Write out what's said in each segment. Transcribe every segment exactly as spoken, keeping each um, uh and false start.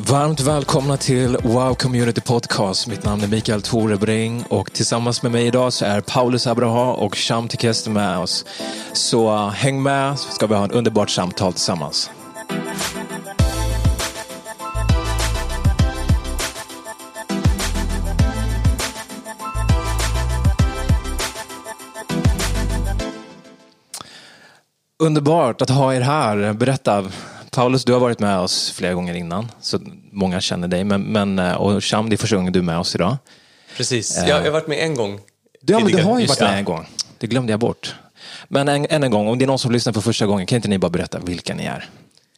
Varmt välkomna till Wow Community Podcast. Mitt namn är Mikael Torebring och tillsammans med mig idag så är Paulus Abraha och Sham Tekeste med oss. Så uh, häng med, så ska vi ha en underbart samtal tillsammans. Underbart att ha er här. Berätta. Paulus, du har varit med oss flera gånger innan, så många känner dig. Men, men, och Sham, det är första gången du är med oss idag. Precis, jag, jag har varit med en gång. Du, ja, men du har ju varit med en gång. Det glömde jag bort. Men en, en, en gång, om det är någon som lyssnar för första gången, kan inte ni bara berätta vilka ni är?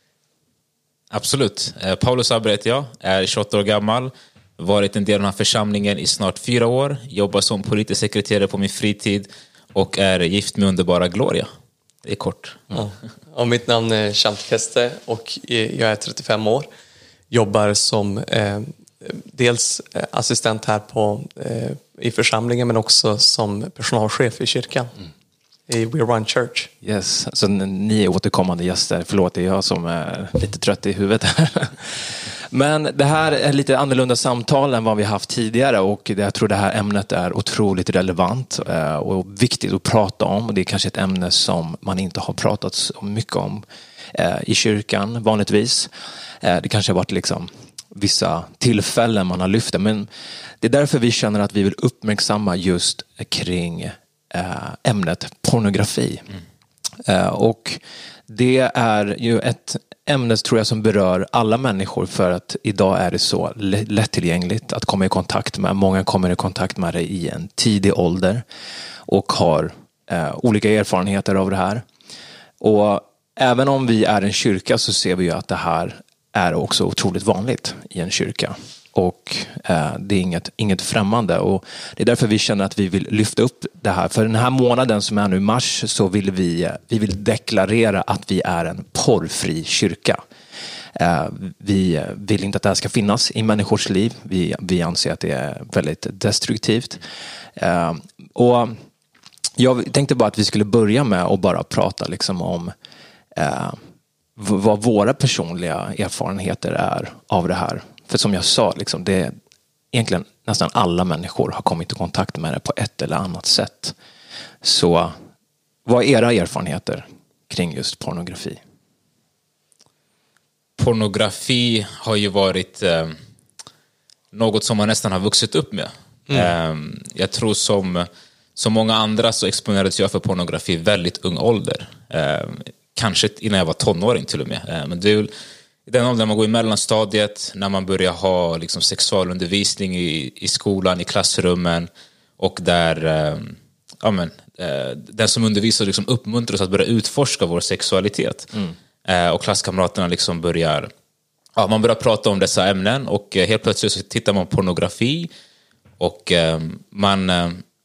Absolut. Paulus Abraha heter jag, är tjugoåtta år gammal. Varit en del av den här församlingen i snart fyra år. Jobbar som politisk sekreterare på min fritid. Och är gift med underbara Gloria. Det är kort. Mm. Ja. Och mitt namn är Sham Tekeste och jag är trettiofem år. Jobbar som eh, dels assistent här på, eh, i församlingen, men också som personalchef i kyrkan. Mm. I We Run Church. Yes, så ni är återkommande gäster. Förlåt, det är jag som är lite trött i huvudet här. Men det här är lite annorlunda samtal än vad vi haft tidigare, och jag tror det här ämnet är otroligt relevant och viktigt att prata om. Det är kanske ett ämne som man inte har pratat så mycket om i kyrkan vanligtvis. Det kanske har varit liksom vissa tillfällen man har lyft det, men det är därför vi känner att vi vill uppmärksamma just kring ämnet pornografi. Mm. Och det är ju ett ämne, tror jag, som berör alla människor, för att idag är det så lättillgängligt att komma i kontakt med. Många kommer i kontakt med det i en tidig ålder och har eh, olika erfarenheter av det här. Och även om vi är en kyrka så ser vi ju att det här är också otroligt vanligt i en kyrka. Och eh, det är inget, inget främmande, och det är därför vi känner att vi vill lyfta upp det här. För den här månaden som är nu mars, så vill vi, vi vill deklarera att vi är en porrfri kyrka. Eh, vi vill inte att det här ska finnas i människors liv. Vi, vi anser att det är väldigt destruktivt. Eh, och jag tänkte bara att vi skulle börja med att bara prata liksom om eh, vad våra personliga erfarenheter är av det här. För som jag sa, liksom, det är egentligen nästan alla människor har kommit i kontakt med det på ett eller annat sätt. Så vad är era erfarenheter kring just pornografi? Pornografi har ju varit eh, något som man nästan har vuxit upp med. Mm. Eh, jag tror som, som många andra så exponerades jag för pornografi i väldigt ung ålder. Eh, kanske innan jag var tonåring till och med. Eh, men det är i den åldern man går i mellanstadiet, när man börjar ha liksom sexualundervisning i, i skolan, i klassrummen, och där eh, ja, men, eh, den som undervisar liksom uppmuntrar oss att börja utforska vår sexualitet. Mm. Eh, och klasskamraterna liksom börjar, ja, man börjar prata om dessa ämnen, och eh, helt plötsligt så tittar man på pornografi, och eh, man, eh,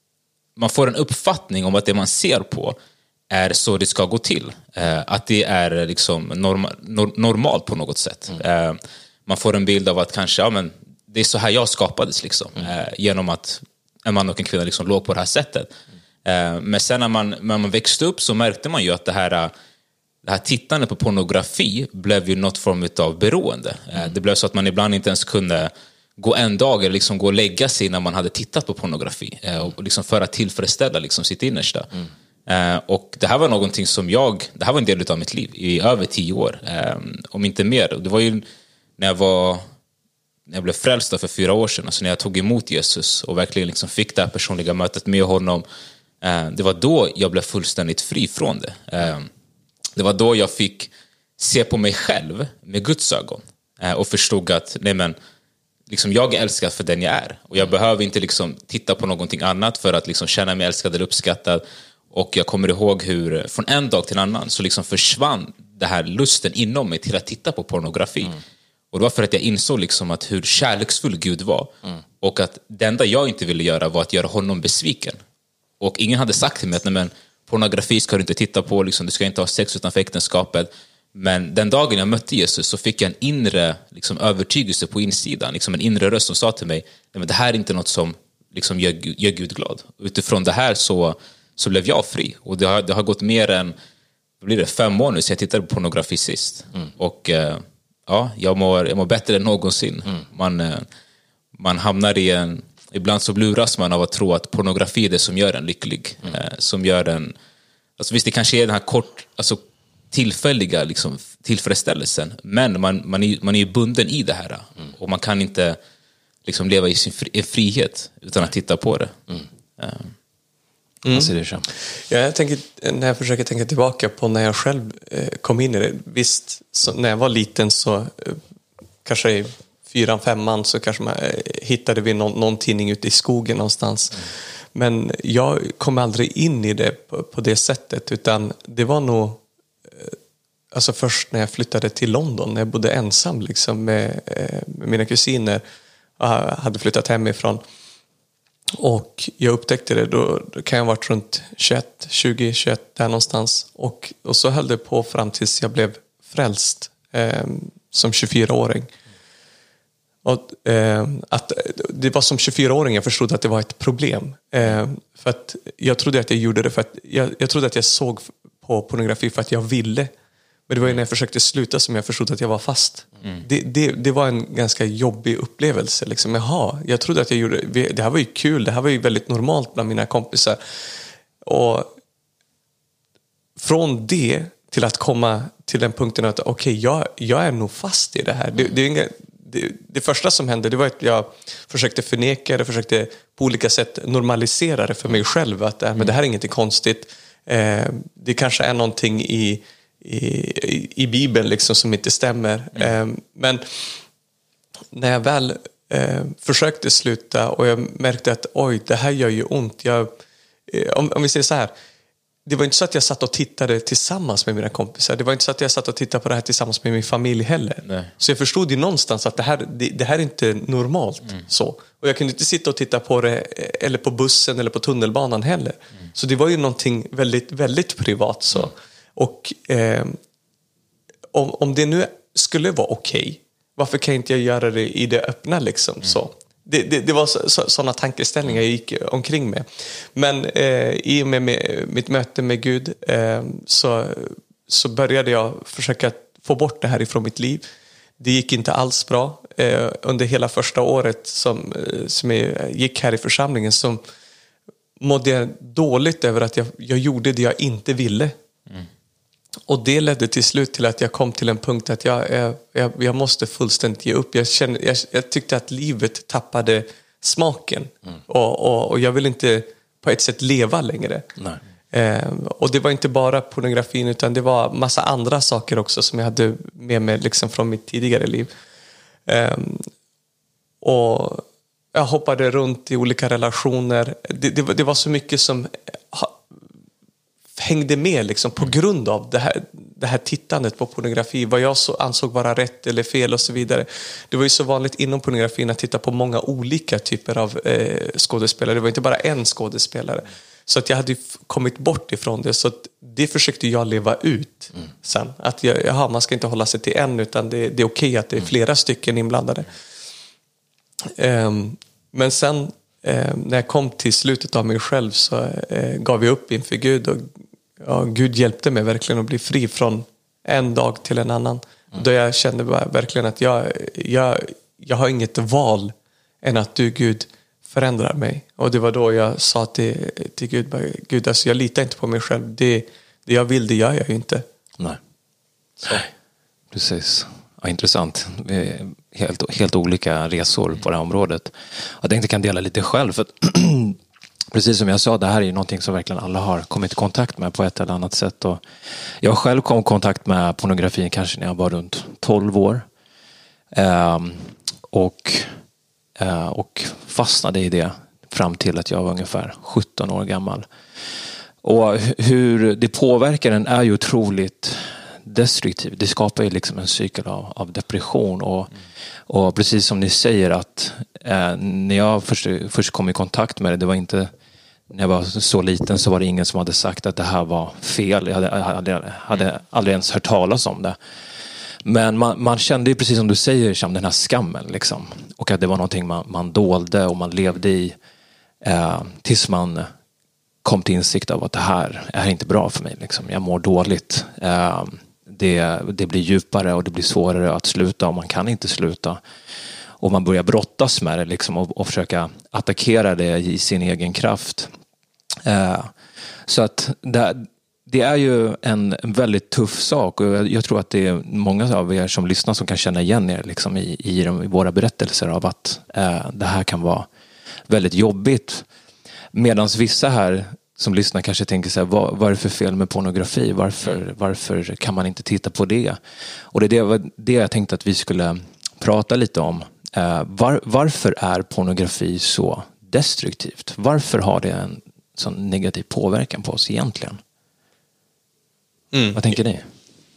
man får en uppfattning om att det man ser på är så det ska gå till. Eh, att det är liksom norma, nor, normalt på något sätt. Mm. Eh, man får en bild av att kanske, ja, men det är så här jag skapades liksom. Mm. Eh, genom att en man och en kvinna liksom låg på det här sättet. Mm. Eh, men sen när man, när man växte upp så märkte man ju att det här, det här tittandet på pornografi blev ju något form av beroende. Mm. Eh, det blev så att man ibland inte ens kunde gå en dag eller liksom gå och lägga sig när man hade tittat på pornografi. Eh, och liksom för att tillfredsställa liksom sitt innersta. Mm. Uh, och det här var någonting som jag, det här var en del av mitt liv i över tio år, uh, om inte mer. Och det var ju när jag var när jag blev frälst för fyra år sedan, alltså när jag tog emot Jesus och verkligen liksom fick det här personliga mötet med honom. Uh, det var då jag blev fullständigt fri från det. Uh, det var då jag fick se på mig själv med Guds ögon, uh, och förstod att nej men, liksom, jag är älskad för den jag är, och jag behöver inte liksom titta på någonting annat för att liksom känna mig älskad eller uppskattad. Och jag kommer ihåg hur från en dag till en annan så liksom försvann det här lusten inom mig till att titta på pornografi. Mm. Och det var för att jag insåg liksom att hur kärleksfull Gud var. Mm. Och att det enda jag inte ville göra var att göra honom besviken. Och ingen hade sagt till mig att nej, men, pornografi ska du inte titta på, liksom, du ska inte ha sex utanför äktenskapet. Men den dagen jag mötte Jesus så fick jag en inre liksom, övertygelse på insidan. Liksom en inre röst som sa till mig, nej, men det här är inte något som liksom, gör, gör Gud glad. Utifrån det här så så blev jag fri. Och det har, det har gått mer än vad blir det, fem år nu så jag tittade på pornografi sist. Mm. Och eh, ja, jag mår, jag mår bättre än någonsin. Mm. Man, eh, man hamnar i en... Ibland så luras man av att tro att pornografi är det som gör en lycklig. Mm. Eh, som gör den... Alltså visst, det kanske är den här kort... Alltså, tillfälliga liksom, tillfredsställelsen. Men man, man, är, man är ju bunden i det här. Mm. Och man kan inte liksom, leva i sin fri, frihet utan att titta på det. Mm. Uh. Mm. Ja, jag tänker, när jag försöker tänka tillbaka på när jag själv eh, kom in i det. Visst, så, när jag var liten så eh, kanske i fyran, femman så kanske man eh, hittade vi någon, någon tidning ute i skogen någonstans. Mm. Men jag kom aldrig in i det på, på det sättet, utan det var nog eh, alltså först när jag flyttade till London, när jag bodde ensam liksom, med, eh, med mina kusiner och hade flyttat hemifrån. Och jag upptäckte det, då, då kan jag ha varit runt tjugoett, tjugo, tjugoett där någonstans. Och, och så höll det på fram tills jag blev frälst eh, som tjugofyraåring. Och, eh, att, det var som tjugofyraåring jag förstod att det var ett problem. Eh, för att jag trodde att jag gjorde det för att jag, jag trodde att jag såg på pornografi för att jag ville. Men det var ju när jag försökte sluta som jag förstod att jag var fast. Mm. Det, det, det var en ganska jobbig upplevelse. Liksom. Jaha, jag trodde att jag gjorde det. Det här var ju kul. Det här var ju väldigt normalt bland mina kompisar. Och från det till att komma till den punkten att okej, okay, jag, jag är nog fast i det här. Det, det, är inga, det, det första som hände, det var att jag försökte förneka det. Försökte på olika sätt normalisera det för mig själv. Att äh, men det här är inget konstigt. Eh, det kanske är någonting i I, i, i Bibeln liksom, som inte stämmer. Mm. Eh, men när jag väl eh, försökte sluta och jag märkte att oj, det här gör ju ont. Jag, eh, om, om vi säger så här, det var inte så att jag satt och tittade tillsammans med mina kompisar. Det var inte så att jag satt och tittade på det här tillsammans med min familj heller. Nej. Så jag förstod ju någonstans att det här, det, det här är inte normalt. Mm. Så. Och jag kunde inte sitta och titta på det eller på bussen eller på tunnelbanan heller. Mm. Så det var ju någonting väldigt, väldigt privat så. Mm. Och eh, om, om det nu skulle vara okej, okay, varför kan inte jag göra det i det öppna liksom? Mm. Så. Det, det, det var så, så, sådana tankeställningar jag gick omkring med. Men eh, i och med, med mitt möte med Gud eh, så, så började jag försöka få bort det här ifrån mitt liv. Det gick inte alls bra. Eh, under hela första året som, som jag gick här i församlingen så mådde jag dåligt över att jag, jag gjorde det jag inte ville. Mm. Och det ledde till slut till att jag kom till en punkt att jag, jag, jag måste fullständigt ge upp. Jag, kände, jag, jag tyckte att livet tappade smaken. Mm. Och, och, och jag vill inte på ett sätt leva längre. Nej. Eh, och det var inte bara pornografin utan det var massa andra saker också som jag hade med mig liksom från mitt tidigare liv. Eh, och jag hoppade runt i olika relationer. Det, det, det var så mycket som hängde med liksom, på grund av det här, det här tittandet på pornografi. Vad jag så ansåg vara rätt eller fel och så vidare. Det var ju så vanligt inom pornografin att titta på många olika typer av eh, skådespelare. Det var inte bara en skådespelare. Så att jag hade kommit bort ifrån det. Så att det försökte jag leva ut mm. sen. Att jag, jaha, man ska inte hålla sig till en utan det, det är okej att det är flera mm. stycken inblandade. Um, men sen eh, när jag kom till slutet av mig själv så eh, gav jag upp inför Gud och ja, Gud hjälpte mig verkligen att bli fri från en dag till en annan. Mm. Då jag kände verkligen att jag, jag, jag har inget val än att du Gud förändrar mig. Och det var då jag sa till, till Gud, Gud alltså jag litar inte på mig själv. Det, det jag vill, det gör jag ju inte. Nej, så. Precis. Ja, intressant. Helt, helt olika resor på det här området. Jag tänkte kan dela lite själv. För att precis som jag sa, det här är ju någonting som verkligen alla har kommit i kontakt med på ett eller annat sätt. Och jag själv kom i kontakt med pornografin kanske när jag var runt tolv år. Um, och, uh, och fastnade i det fram till att jag var ungefär sjutton år gammal. Och hur det påverkar den är ju otroligt destruktiv. Det skapar ju liksom en cykel av, av depression och, mm. och precis som ni säger att eh, när jag först, först kom i kontakt med det, det var inte när jag var så liten så var det ingen som hade sagt att det här var fel. Jag hade, hade, hade aldrig ens hört talas om det. Men man, man kände ju precis som du säger som den här skammen liksom. Och att det var någonting man, man dolde och man levde i eh, tills man kom till insikt av att det här är inte bra för mig liksom. Jag mår dåligt. Eh, det, det blir djupare och det blir svårare att sluta och man kan inte sluta. Och man börjar brottas med det liksom, och, och försöka attackera det i sin egen kraft. Eh, så att det, det är ju en, en väldigt tuff sak, och jag, jag tror att det är många av er som lyssnar som kan känna igen er liksom, i, i, de, i våra berättelser av att eh, det här kan vara väldigt jobbigt. Medan vissa här som lyssnar kanske tänker så här, vad, vad är det för fel med pornografi? Varför, varför kan man inte titta på det? Och det är det, det jag tänkte att vi skulle prata lite om. Eh, var, varför är pornografi så destruktivt? Varför har det en sån negativ påverkan på oss egentligen? Mm. Vad tänker ni?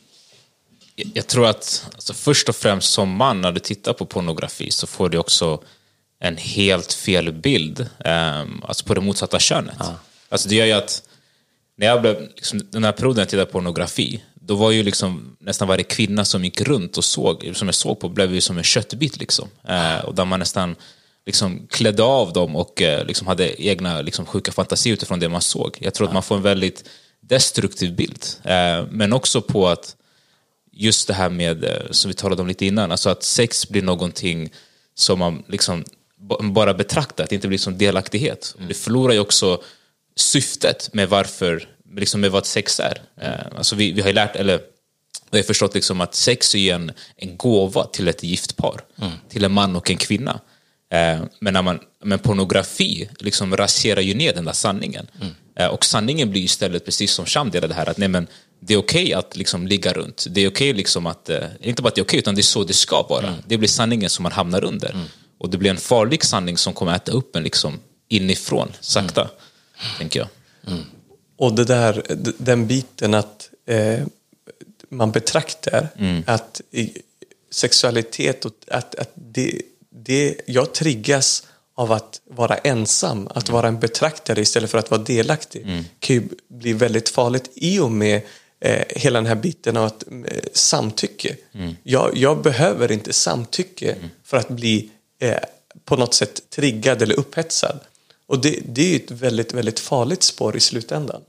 Jag, jag tror att alltså, först och främst som man, när du tittar på pornografi så får du också en helt fel bild eh, alltså på det motsatta könet. Ja. Alltså det gör ju att när jag blev, liksom, den här perioden jag tittade på pornografi, då var ju liksom nästan varje kvinna som gick runt och såg, som jag såg på, blev ju som en köttbit liksom. Eh, och där man nästan liksom klädde av dem och eh, liksom hade egna liksom, sjuka fantasier utifrån det man såg. Jag tror ja. att man får en väldigt destruktiv bild. Eh, men också på att just det här med, eh, som vi talade om lite innan, alltså att sex blir någonting som man liksom bara betraktar, att det inte blir som delaktighet. Mm. Det förlorar ju också syftet med varför, liksom med vad sex är. Eh, alltså vi, vi har ju lärt, eller vi har förstått liksom att sex är en, en gåva till ett giftpar, mm. till en man och en kvinna. Eh, men, när man, men pornografi liksom raserar ju ner den där sanningen. Mm. Eh, och sanningen blir istället precis som Sham delade här, att nej, men det är okej okay att liksom ligga runt. Det är okej okay liksom att, eh, inte bara att det är okej okay, utan det är så det ska vara. Mm. Det blir sanningen som man hamnar under. Mm. Och det blir en farlig sanning som kommer att äta upp en liksom inifrån, sakta, mm. tänker jag. Mm. Och det där, den biten att eh, man betraktar mm. att i, sexualitet och att, att det, det, jag triggas av att vara ensam, att mm. vara en betraktare istället för att vara delaktig, mm. kan ju bli väldigt farligt i och med eh, hela den här biten av att eh, samtycke. Mm. Jag, jag behöver inte samtycke mm. för att bli eh, på något sätt triggad eller upphetsad. Och det, det är ju ett väldigt, väldigt farligt spår i slutändan.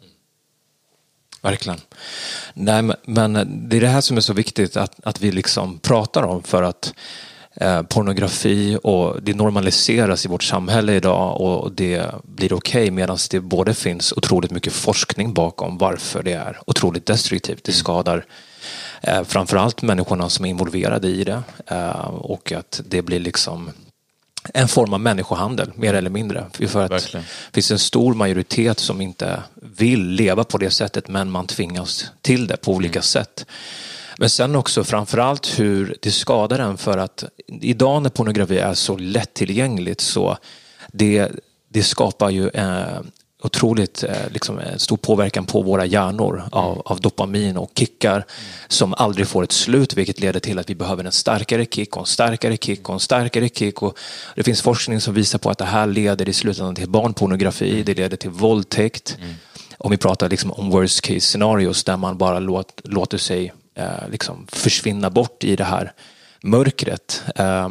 Verkligen. Nej, men det är det här som är så viktigt att, att vi liksom pratar om, för att eh, pornografi och det normaliseras i vårt samhälle idag och det blir okej, okay, medan det både finns otroligt mycket forskning bakom varför det är otroligt destruktivt. Det skadar eh, framförallt människorna som är involverade i det eh, och att det blir liksom en form av människohandel, mer eller mindre. För att Verkligen. Det finns en stor majoritet som inte vill leva på det sättet, men man tvingas till det på olika mm. sätt. Men sen också framförallt hur det skadar en, för att idag när pornografi är så lättillgängligt så det, det skapar ju eh, otroligt eh, liksom, en stor påverkan på våra hjärnor av, av dopamin och kickar mm. som aldrig får ett slut, vilket leder till att vi behöver en starkare kick och en starkare kick och en starkare kick. Och det finns forskning som visar på att det här leder i slutändan till barnpornografi, mm. det leder till våldtäkt. Mm. Om vi pratar liksom om worst case scenarios där man bara låt, låter sig eh, liksom försvinna bort i det här mörkret. Eh,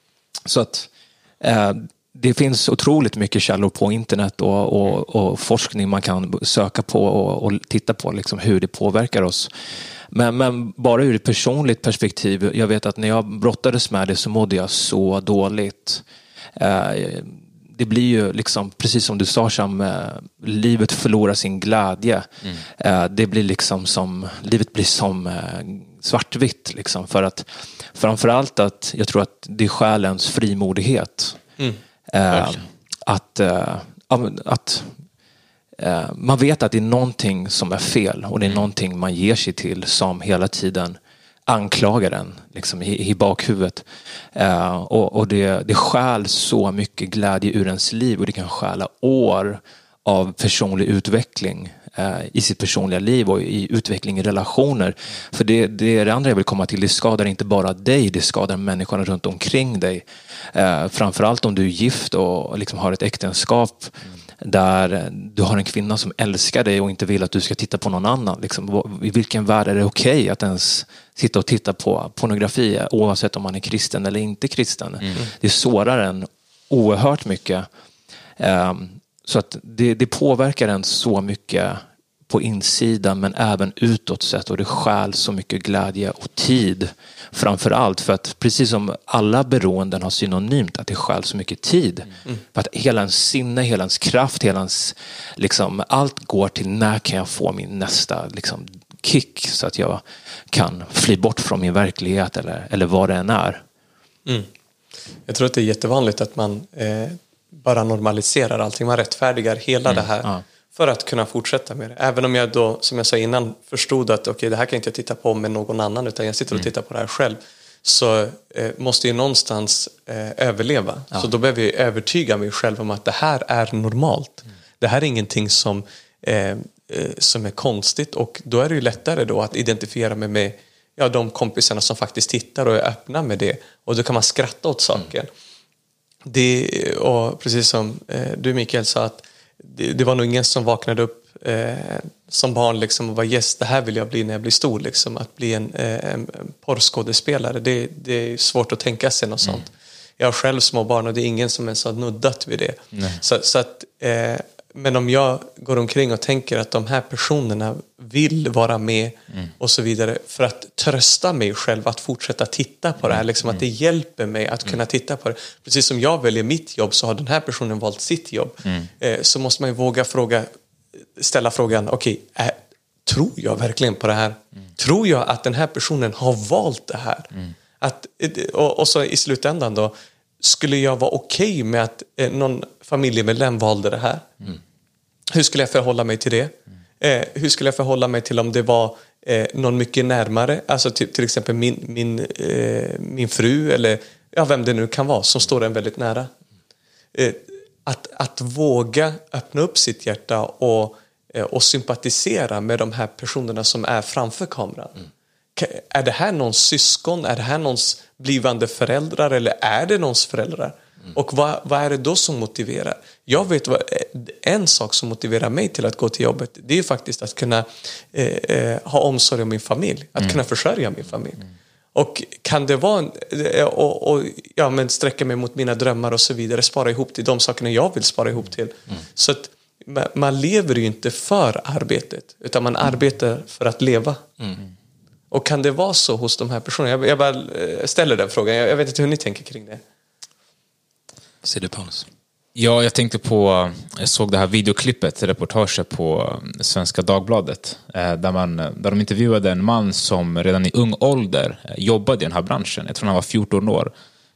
så att eh, det finns otroligt mycket källor på internet och, och, och forskning man kan söka på och, och titta på liksom hur det påverkar oss. Men, men bara ur ett personligt perspektiv, jag vet att när jag brottades med det så mådde jag så dåligt. Eh, det blir ju liksom, precis som du sa, som eh, livet förlorar sin glädje. Mm. Eh, det blir liksom som, livet blir som eh, svartvitt liksom, för att framförallt att jag tror att det är själens frimodighet. Mm. Uh, att, uh, att uh, man vet att det är någonting som är fel och det är mm. någonting man ger sig till som hela tiden anklagar en liksom, i, i bakhuvudet. Uh, och och det, det stjäl så mycket glädje ur ens liv, och det kan stjäla år av personlig utveckling uh, i sitt personliga liv och i utveckling i relationer. För det, det är det andra jag vill komma till. Det skadar inte bara dig, det skadar människorna runt omkring dig. Uh, framförallt om du är gift och liksom har ett äktenskap mm. där du har en kvinna som älskar dig och inte vill att du ska titta på någon annan. Liksom, i vilken värld är det okej okay att ens sitta och titta på pornografi, oavsett om man är kristen eller inte kristen? Mm. Det sårar en oerhört mycket. Um, så att det, det påverkar en så mycket på insidan men även utåt sett, och det stjäl så mycket glädje och tid framför allt, för att precis som alla beroenden har synonymt att det stjäl så mycket tid. Mm. För att hela ens sinne, hela ens kraft, hela ens, liksom, allt går till när kan jag få min nästa liksom, kick så att jag kan fly bort från min verklighet eller, eller vad det än är. Mm. Jag tror att det är jättevanligt att man eh, bara normaliserar allting, man rättfärdigar hela mm. det här. Ja. För att kunna fortsätta med det. Även om jag då, som jag sa innan, förstod att okej, okay, det här kan inte jag titta på med någon annan, utan jag sitter och tittar på det här själv. Så eh, måste jag någonstans eh, överleva. Ja. Så då behöver jag övertyga mig själv om att det här är normalt. Mm. Det här är ingenting som, eh, eh, som är konstigt. Och då är det ju lättare då att identifiera mig med ja, de kompisarna som faktiskt tittar och är öppna med det. Och då kan man skratta åt saken. Mm. Det, och precis som eh, du Mikael sa, att Det, det var nog ingen som vaknade upp eh, som barn liksom, och var yes, det här vill jag bli när jag blir stor. Liksom. Att bli en, eh, en porrskådespelare, det, det är svårt att tänka sig något mm. sånt. Jag har själv små barn och det är ingen som ens har nuddat vid det. Så, så att, eh, men om jag går omkring och tänker att de här personerna vill vara med mm. och så vidare, för att trösta mig själv att fortsätta titta på det här, liksom, att det hjälper mig att kunna titta på det. Precis som jag väljer mitt jobb så har den här personen valt sitt jobb. Mm. Eh, så måste man ju våga fråga, ställa frågan, okej, okay, tror jag verkligen på det här? Mm. Tror jag att den här personen har valt det här? Mm. Att, och, och så i slutändan då, skulle jag vara okej okay med att eh, någon familjemedlem valde det här? Mm. Hur skulle jag förhålla mig till det? Mm. Eh, hur skulle jag förhålla mig till om det var eh, någon mycket närmare? Alltså till, till exempel min, min, eh, min fru eller ja, vem det nu kan vara som står en väldigt nära. Eh, att, att våga öppna upp sitt hjärta och, eh, och sympatisera med de här personerna som är framför kameran. Mm. Är det här någons syskon? Är det här någons blivande föräldrar? Eller är det någons föräldrar? Mm. Och vad, vad är det då som motiverar? Jag vet vad, en sak som motiverar mig till att gå till jobbet, det är faktiskt att kunna eh, eh, ha omsorg om min familj. Att mm. kunna försörja min familj. Mm. Och kan det vara en, och, och, ja, men sträcka mig mot mina drömmar och så vidare, spara ihop till de sakerna jag vill spara ihop till. Mm. Så att man lever ju inte för arbetet, utan man mm. arbetar för att leva. Mm. Och kan det vara så hos de här personerna? Jag, jag bara ställer den frågan. Jag, jag vet inte hur ni tänker kring det. Ser du, Paulus? Ja, jag tänkte på, jag såg det här videoklippet, reportaget på Svenska Dagbladet, där, man, där de intervjuade en man som redan i ung ålder jobbade i den här branschen. Jag tror han var fjorton år.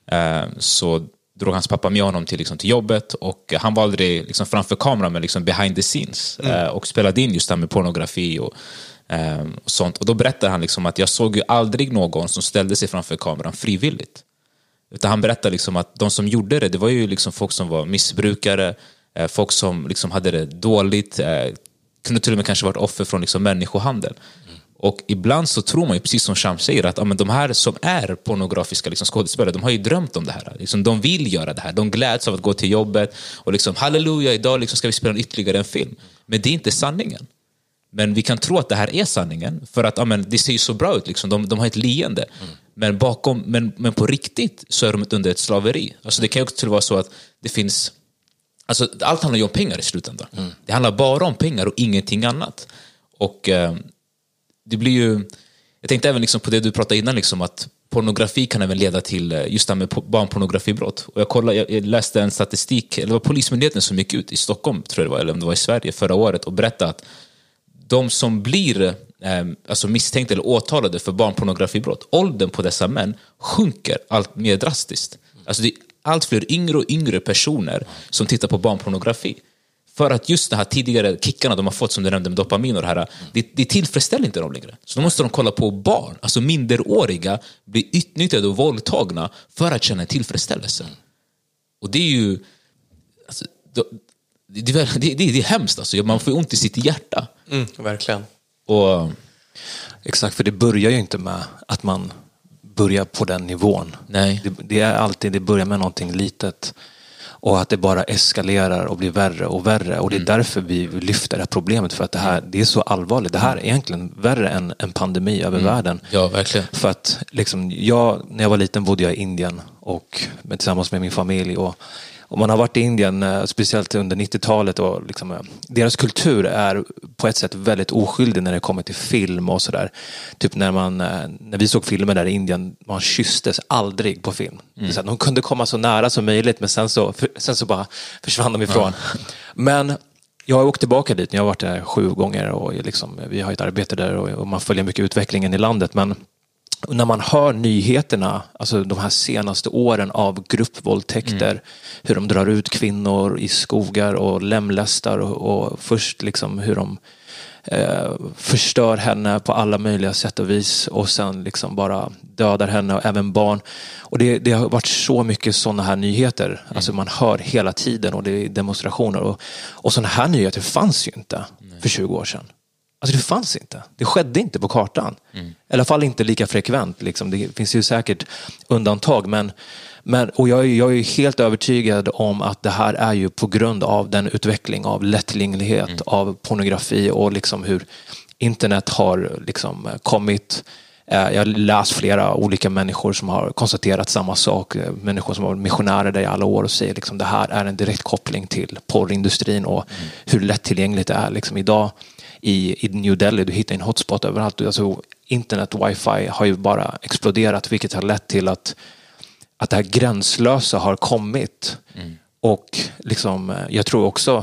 Så drog hans pappa med honom till, liksom, till jobbet, och han var aldrig liksom, framför kameran, men liksom behind the scenes. Mm. Och spelade in just det här med pornografi och och sånt. Och då berättar han liksom att jag såg ju aldrig någon som ställde sig framför kameran frivilligt. Utan han berättar liksom att de som gjorde det, det var ju liksom folk som var missbrukare, folk som liksom hade det dåligt, kunde till och med kanske varit offer från liksom människohandel. Mm. Och ibland så tror man ju, precis som Sham säger, att ja, men de här som är pornografiska liksom skådespelare, de har ju drömt om det här. Liksom, de vill göra det här, de gläds av att gå till jobbet och liksom, halleluja, idag liksom ska vi spela ytterligare en film. Men det är inte sanningen. Men vi kan tro att det här är sanningen, för att ja, men det ser ju så bra ut, liksom. de, de har ett leende. Mm. Men, bakom, men, men på riktigt så är de under ett slaveri. Alltså det kan ju också vara så att det finns, alltså allt handlar ju om pengar i slutändan. Mm. Det handlar bara om pengar och ingenting annat. Och eh, det blir ju, jag tänkte även liksom på det du pratade innan, liksom, att pornografi kan även leda till just det här med barnpornografibrott. Och jag, kollade, jag läste en statistik, eller det var Polismyndigheten som gick ut i Stockholm, tror jag det var, eller om det var i Sverige förra året, och berättade att de som blir eh, alltså misstänkta eller åtalade för barnpornografibrott, åldern på dessa män sjunker allt mer drastiskt. Alltså det är allt fler yngre och yngre personer som tittar på barnpornografi. För att just de här tidigare kickarna de har fått, som du nämnde med dopamin och det här, det, det tillfredsställer inte dem längre. Så då måste de kolla på barn, alltså minderåriga, bli utnyttjade och våldtagna för att känna tillfredsställelse. Och det är ju... Alltså, då, Det, det, det, det är hemskt, alltså. Man får ont i sitt hjärta. Mm, verkligen. Och, exakt, för det börjar ju inte med att man börjar på den nivån. Nej. Det, det är alltid, det börjar med någonting litet. Och att det bara eskalerar och blir värre och värre. Och det är mm. därför vi lyfter det här problemet. För att det här, det är så allvarligt. Det här är egentligen värre än en pandemi över mm. världen. Ja, verkligen. För att liksom, jag, när jag var liten bodde jag i Indien och tillsammans med min familj. Och om man har varit i Indien, speciellt under nittiotalet, och liksom, deras kultur är på ett sätt väldigt oskyldig när det kommer till film och sådär. Typ när man, när vi såg filmer där i Indien, man kysstes aldrig på film. Mm. Så att de kunde komma så nära som möjligt, men sen så, sen så bara försvann de ifrån. Ja. Men jag har åkt tillbaka dit, jag har varit där sju gånger och liksom, vi har ett arbete där och, och man följer mycket utvecklingen i landet, men när man hör nyheterna, alltså de här senaste åren av gruppvåldtäkter, mm. hur de drar ut kvinnor i skogar och lemlästar och, och först liksom hur de eh, förstör henne på alla möjliga sätt och vis och sen liksom bara dödar henne och även barn. Och det, det har varit så mycket sådana här nyheter. Mm. Alltså man hör hela tiden och det är demonstrationer och, och sådana här nyheter fanns ju inte mm. för tjugo år sedan. Alltså det fanns inte. Det skedde inte på kartan. Mm. I alla fall inte lika frekvent. Liksom. Det finns ju säkert undantag. Men, men, och jag, jag är helt övertygad om att det här är ju på grund av den utveckling av lättillgänglighet, mm. av pornografi och liksom hur internet har liksom kommit. Jag har läst flera olika människor som har konstaterat samma sak. Människor som har varit missionärer där i alla år och säger liksom det här är en direkt koppling till porrindustrin och mm. hur lättillgängligt det är. Liksom idag i, i New Delhi, du hittar en hotspot överallt. Alltså, internet och wifi har ju bara exploderat, vilket har lett till att, att det här gränslösa har kommit. Mm. Och liksom, jag tror också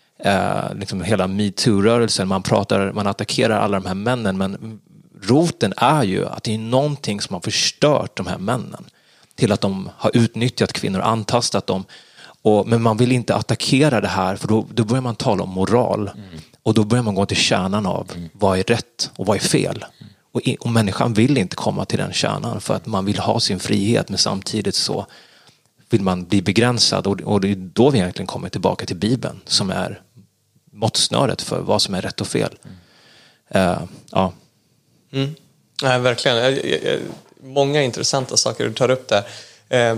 eh, liksom hela MeToo-rörelsen, man pratar, man attackerar alla de här männen, men roten är ju att det är någonting som har förstört de här männen till att de har utnyttjat kvinnor, antastat dem. Och, men man vill inte attackera det här, för då, då börjar man tala om moral. Mm. Och då börjar man gå till kärnan av mm. vad är rätt och vad är fel. Mm. Och, och människan vill inte komma till den kärnan för att man vill ha sin frihet, men samtidigt så vill man bli begränsad. Och, och det är då vi egentligen kommer tillbaka till Bibeln som är måttsnöret för vad som är rätt och fel. Mm. Uh, ja. Mm. Nej, verkligen. Jag, jag, jag, många intressanta saker du tar upp där. Eh,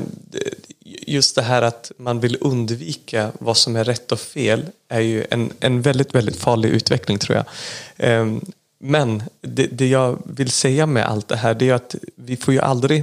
just det här att man vill undvika vad som är rätt och fel är ju en, en väldigt, väldigt farlig utveckling, tror jag. Eh, men det, det jag vill säga med allt det här, det är att vi får ju aldrig...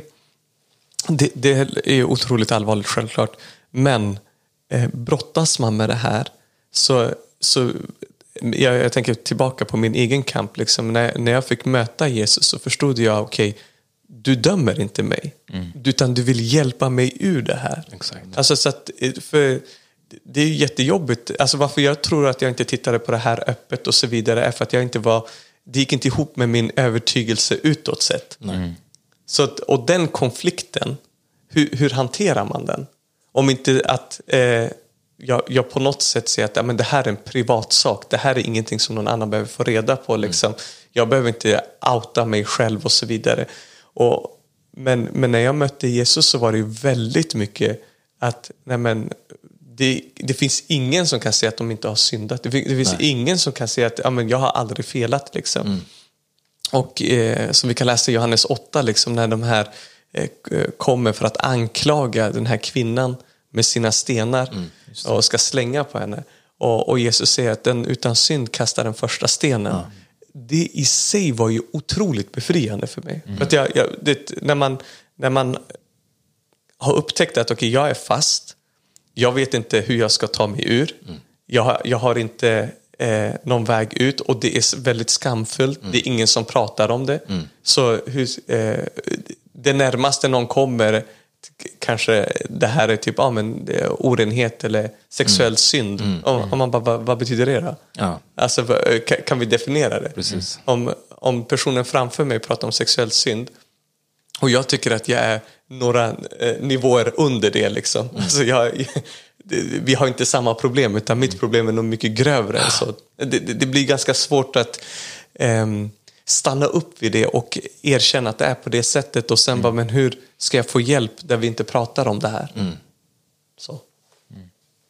Det, det är ju otroligt allvarligt, självklart. Men eh, brottas man med det här så... så Jag, jag tänker tillbaka på min egen kamp. Liksom. När, när jag fick möta Jesus så förstod jag, okej, okay, du dömer inte mig. Mm. Utan du vill hjälpa mig ur det här. Exakt. Alltså, så att, för det är ju jättejobbigt. Alltså, varför jag tror att jag inte tittade på det här öppet och så vidare är för att jag inte var... Det gick inte ihop med min övertygelse utåt sett. Mm. Så att, och den konflikten, hur, hur hanterar man den? Om inte att... Eh, Jag, jag på något sätt ser att ja, men det här är en privat sak. Det här är ingenting som någon annan behöver få reda på. Liksom. Mm. Jag behöver inte outa mig själv och så vidare. Och, men, men när jag mötte Jesus så var det ju väldigt mycket att nej men, det, det finns ingen som kan säga att de inte har syndat. Det, det finns nej. ingen som kan säga att ja, men jag har aldrig felat. Liksom. Mm. Och eh, som vi kan läsa i Johannes åtta, liksom, när de här eh, kommer för att anklaga den här kvinnan med sina stenar mm, och ska slänga på henne. Och, och Jesus säger att den utan synd kastar den första stenen. Ja. Det i sig var ju otroligt befriande för mig. Mm. För att jag, jag, det, när, man, när man har upptäckt att okay, jag är fast, jag vet inte hur jag ska ta mig ur. Mm. Jag, jag har inte eh, någon väg ut och det är väldigt skamfullt. Mm. Det är ingen som pratar om det. Mm. Så hur, eh, det närmaste någon kommer... Kanske det här är typ ja, men det är orenhet eller sexuell mm. synd. Mm. Om, om man bara, vad, vad betyder det då? Ja. Alltså, kan, kan vi definiera det? Precis. Om, om personen framför mig pratar om sexuell synd och jag tycker att jag är några eh, nivåer under det. Liksom. Mm. Alltså jag, det, vi har inte samma problem, utan mitt problem är nog mycket grövre. Ja. Så det, det, det blir ganska svårt att... Ehm, stanna upp vid det och erkänna att det är på det sättet och sen mm. bara, men hur ska jag få hjälp där vi inte pratar om det här? Mm. Så. Mm.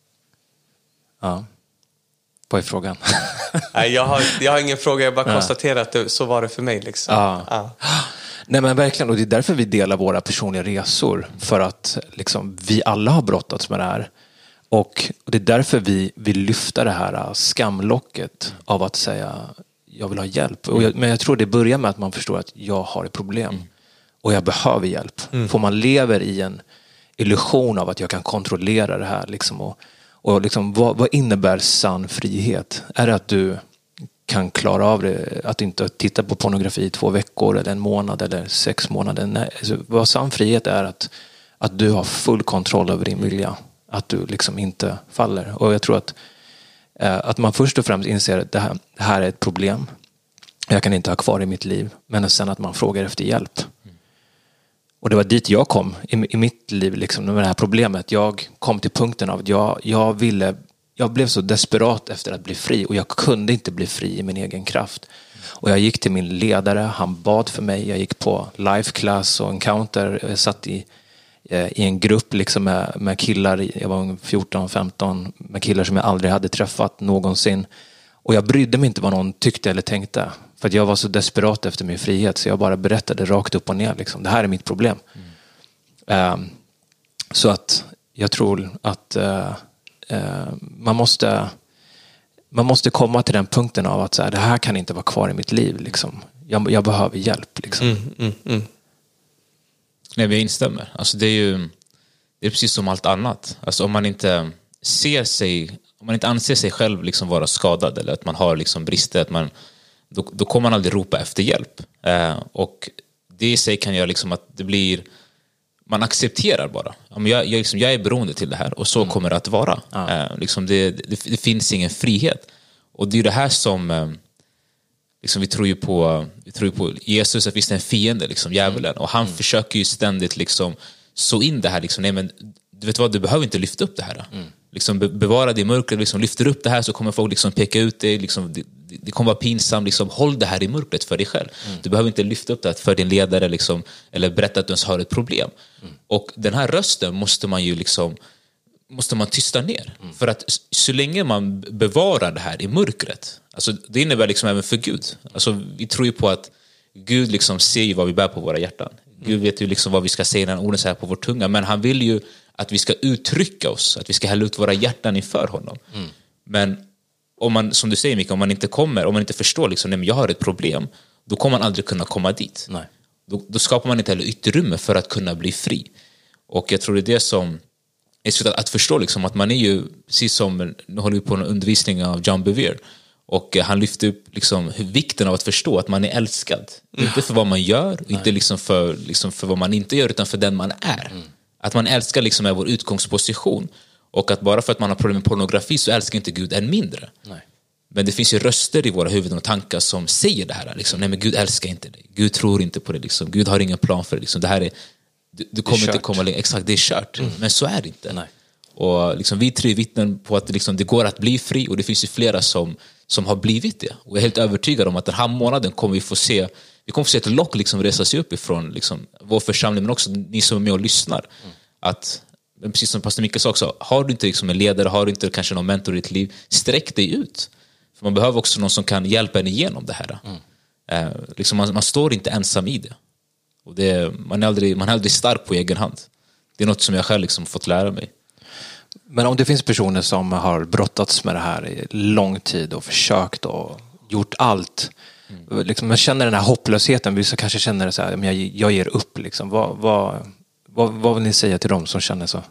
Ja. Vad är frågan? Nej, jag har, jag har ingen fråga, jag bara ja. konstaterar att det, så var det för mig. Liksom. Ja. Ja. Nej, men verkligen, och det är därför vi delar våra personliga resor, för att liksom, vi alla har brottats med det här. Och det är därför vi vill lyfta det här skamlocket av att säga jag vill ha hjälp. Och jag, men jag tror det börjar med att man förstår att jag har ett problem. Mm. Och jag behöver hjälp. Mm. För man lever i en, illusion av att jag kan kontrollera det här. Liksom, och och liksom, vad, vad innebär sann frihet? Är det att du kan klara av det, att inte titta på pornografi i två veckor eller en månad eller sex månader? Nej, alltså, vad sann frihet är att, att du har full kontroll över din vilja. Att du liksom inte faller. Och jag tror att, eh, att man först och främst inser att det här, det här är ett problem. Jag kan inte ha kvar i mitt liv. Men sen att man frågar efter hjälp. Och det var dit jag kom i, i mitt liv liksom, med det här problemet. Jag kom till punkten av att jag, jag ville, jag blev så desperat efter att bli fri. Och jag kunde inte bli fri i min egen kraft. Och jag gick till min ledare, han bad för mig. Jag gick på life class och encounter. Jag satt i, i en grupp liksom med, med killar, jag var fjorton femton, med killar som jag aldrig hade träffat någonsin. Och jag brydde mig inte vad någon tyckte eller tänkte. För att jag var så desperat efter min frihet. Så jag bara berättade rakt upp och ner. Liksom. Det här är mitt problem. Mm. Um, så att jag tror att uh, uh, man måste man måste komma till den punkten av att så här, det här kan inte vara kvar i mitt liv. Liksom. Jag, jag behöver hjälp. Liksom. Mm, mm, mm. Nej, vi instämmer. Alltså, det är ju det är precis som allt annat. Alltså, om man inte ser sig, om man inte anser sig själv liksom vara skadad eller att man har liksom brister, att man Då, då kommer man aldrig ropa efter hjälp. Eh, och det i sig kan göra liksom att det blir... Man accepterar bara. Jag, jag, liksom, jag är beroende till det här och så mm. kommer det att vara. Ja. Eh, liksom det, det, det finns ingen frihet. Och det är det här som... Eh, liksom vi tror ju på, vi tror ju på Jesus, att visst är en fiende, liksom, djävulen. Mm. Och han mm. försöker ju ständigt liksom, så in det här. Liksom, nej, men, du vet vad, du behöver inte lyfta upp det här. Mm. Liksom, bevara det i mörkret, liksom, lyfter upp det här så kommer folk liksom, peka ut det. Liksom, det Det kommer vara pinsamt, liksom, håll det här i mörkret för dig själv. Mm. Du behöver inte lyfta upp det för din ledare liksom, eller berätta att du ens har ett problem. Mm. Och den här rösten måste man ju liksom, måste man tysta ner. Mm. För att så länge man bevarar det här i mörkret, alltså, det innebär liksom även för Gud. Alltså, vi tror ju på att Gud liksom ser ju vad vi bär på våra hjärtan. Mm. Gud vet ju liksom vad vi ska säga när orden säger på vår tunga. Men han vill ju att vi ska uttrycka oss, att vi ska hälla ut våra hjärtan inför honom. Mm. Men om man, som du säger Mikael, om man inte kommer, om man inte förstår liksom, nej, men jag har ett problem, då kommer man aldrig kunna komma dit. Nej. Då, då skapar man inte heller utrymme för att kunna bli fri. Och jag tror det är det som är så att, att förstå liksom, att man är ju, precis som, nu håller vi på en undervisning av John Bevere, och han lyfter upp liksom, hur vikten av att förstå att man är älskad. Mm. Inte för vad man gör, och inte liksom för, liksom för vad man inte gör, utan för den man är. Mm. Att man älskar liksom, är vår utgångsposition. Och att bara för att man har problem med pornografi så älskar inte Gud än mindre. Nej. Men det finns ju röster i våra huvuden och tankar som säger det här. Liksom, nej, men Gud älskar inte dig. Gud tror inte på det. Liksom. Gud har ingen plan för det. Liksom. Det här är, du, du kommer inte komma längre. Exakt, det är kört. Mm. Men så är det inte. Nej. Och liksom, vi tre vittnen på att liksom, det går att bli fri. Och det finns ju flera som, som har blivit det. Och jag är helt övertygad om att den här månaden kommer vi få se, vi kommer få se ett lock liksom, resa sig upp ifrån liksom, vår församling. Men också ni som är med och lyssnar. Mm. Att... Men precis som pastor Mikael sa också, har du inte liksom en ledare, har du inte kanske någon mentor i ditt liv, sträck dig ut. För man behöver också någon som kan hjälpa en igenom det här. Mm. Eh, liksom man, man står inte ensam i det. Och det man, är aldrig, man är aldrig stark på egen hand. Det är något som jag själv liksom fått lära mig. Men om det finns personer som har brottats med det här i lång tid och försökt och gjort allt. Mm. Liksom, man känner den här hopplösheten, vissa kanske känner det så här, men jag, jag ger upp. Liksom. Vad... vad Vad, vad vill ni säga till dem som känner så?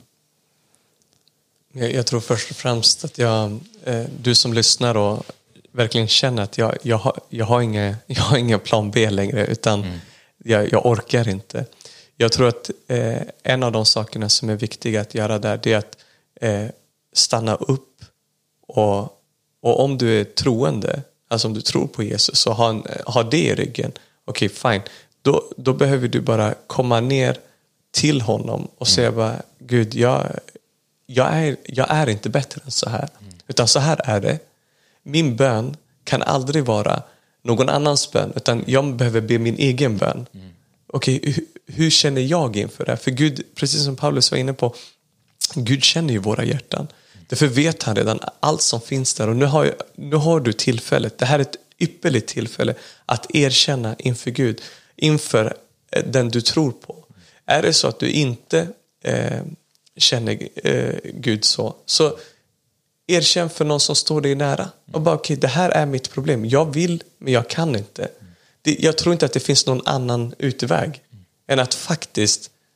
Jag, jag tror först och främst att jag, eh, du som lyssnar och verkligen känner att jag, jag, har, jag, har, inga, jag har ingen plan B längre, utan mm. jag, jag orkar inte. Jag tror att eh, en av de sakerna som är viktiga att göra där, det är att eh, stanna upp och, och om du är troende, alltså om du tror på Jesus, så ha, en, ha det i ryggen. Okej, okay, fine. Då, då behöver du bara komma ner till honom och säga mm. bara, Gud, jag, jag, är, jag är inte bättre än så här. Mm. Utan så här är det. Min bön kan aldrig vara någon annans bön, utan jag behöver be min egen bön. Mm. Okej, okay, hur, hur känner jag inför det? För Gud, precis som Paulus var inne på, Gud känner ju våra hjärtan. Mm. Därför vet han redan allt som finns där. Och nu har, nu har du tillfället, det här är ett ypperligt tillfälle att erkänna inför Gud, inför den du tror på. Är det så att du inte eh, känner eh, Gud så, så erkänn för någon som står dig nära. Och bara, okej, okay, det här är mitt problem. Jag vill, men jag kan inte. Det, jag tror inte att det finns någon annan utväg än att faktiskt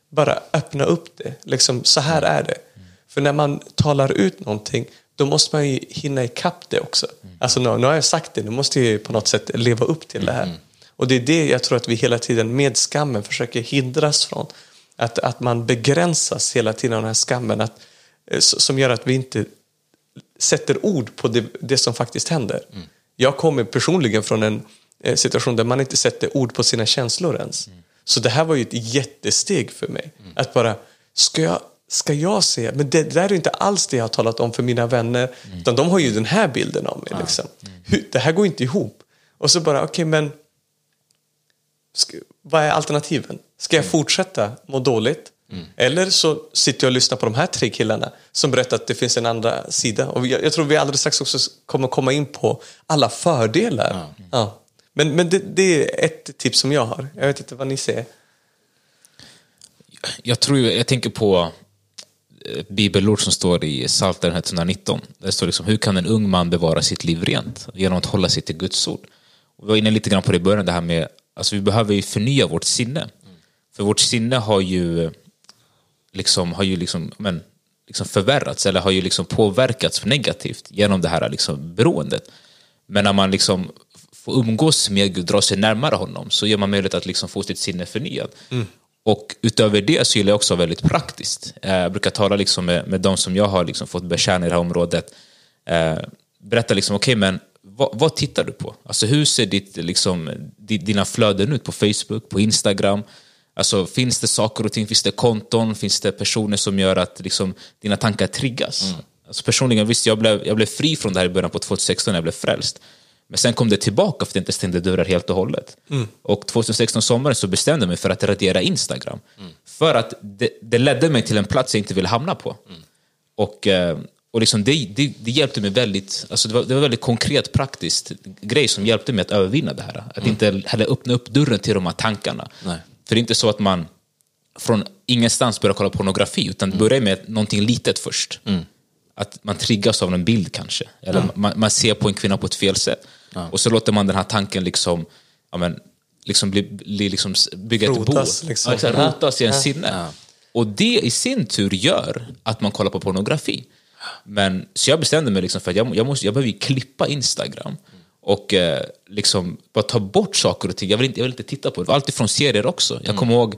bara öppna upp det. Liksom, så här är det. Mm. För när man talar ut någonting, då måste man ju hinna ikapp det också. Mm. Alltså nu, nu har jag sagt det, nu måste jag ju på något sätt leva upp till det här. Mm. Och det är det jag tror att vi hela tiden med skammen försöker hindras från. Att, att man begränsas hela tiden av den här skammen. Att, som gör att vi inte sätter ord på det, det som faktiskt händer. Mm. Jag kommer personligen från en eh, situation där man inte sätter ord på sina känslor ens. Mm. Så det här var ju ett jättesteg för mig. Mm. Att bara, ska jag, ska jag se? Men det, det där är inte alls det jag har talat om för mina vänner. Mm. Utan de har ju den här bilden av mig. Ja. Liksom. Mm. Hur, det här går inte ihop. Och så bara, okej okay, men ska, vad är alternativen? Ska jag fortsätta må dåligt? Mm. Eller så sitter jag och lyssnar på de här tre killarna som berättar att det finns en andra sida. Och jag, jag tror vi alldeles strax också kommer komma in på alla fördelar. Mm. Ja. Men, men det, det är ett tips som jag har. Jag vet inte vad ni säger. Jag tror, jag tänker på bibelord som står i Psaltaren etthundranitton. Det står liksom, hur kan en ung man bevara sitt liv rent? Genom att hålla sig till Guds ord. Och vi var inne lite grann på det i början, det här med, alltså vi behöver ju förnya vårt sinne. Mm. För vårt sinne har ju liksom, har ju liksom, men, liksom förvärrats eller har ju liksom påverkats negativt genom det här liksom beroendet. Men när man liksom får umgås med Gud, dra sig närmare honom, så ger man möjlighet att liksom få sitt sinne förnyat. Mm. Och utöver det så gillar jag också väldigt praktiskt. Jag brukar tala liksom med, med de som jag har liksom fått betjäna i det här området. Eh, berätta liksom, okej, okay, men vad, vad tittar du på? Alltså hur ser ditt, liksom, dina flöden ut på Facebook, på Instagram? Alltså finns det saker och ting, finns det konton, finns det personer som gör att liksom, dina tankar triggas? Mm. Alltså personligen, visst, jag blev, jag blev fri från det här i början på tjugohundrasexton när jag blev frälst. Men sen kom det tillbaka för att jag inte stängde dörrar helt och hållet. Mm. Och tjugohundrasexton sommaren så bestämde jag mig för att radera Instagram. Mm. För att det, det ledde mig till en plats jag inte ville hamna på. Mm. Och, och liksom det, det, det hjälpte mig väldigt, alltså det var, det var väldigt konkret, praktiskt grej som hjälpte mig att övervinna det här. Att mm. inte heller öppna upp dörren till de här tankarna. Nej. För det är inte så att man från ingenstans börjar kolla pornografi, utan mm. börjar med någonting litet först. Mm. Att man triggas av en bild kanske. Eller ja. man, man ser på en kvinna på ett fel sätt. Ja. Och så låter man den här tanken liksom, ja, men, liksom bli, bli, liksom bygga rotas, ett bo. Liksom. Ja, rotas i en ja. sinne. Ja. Och det i sin tur gör att man kollar på pornografi. Men, så jag bestämde mig liksom för att jag, jag, måste, jag behöver klippa Instagram. Och eh, liksom bara ta bort saker och ting. Jag vill inte, jag vill inte titta på det. Allt ifrån serier också. Jag mm. kommer ihåg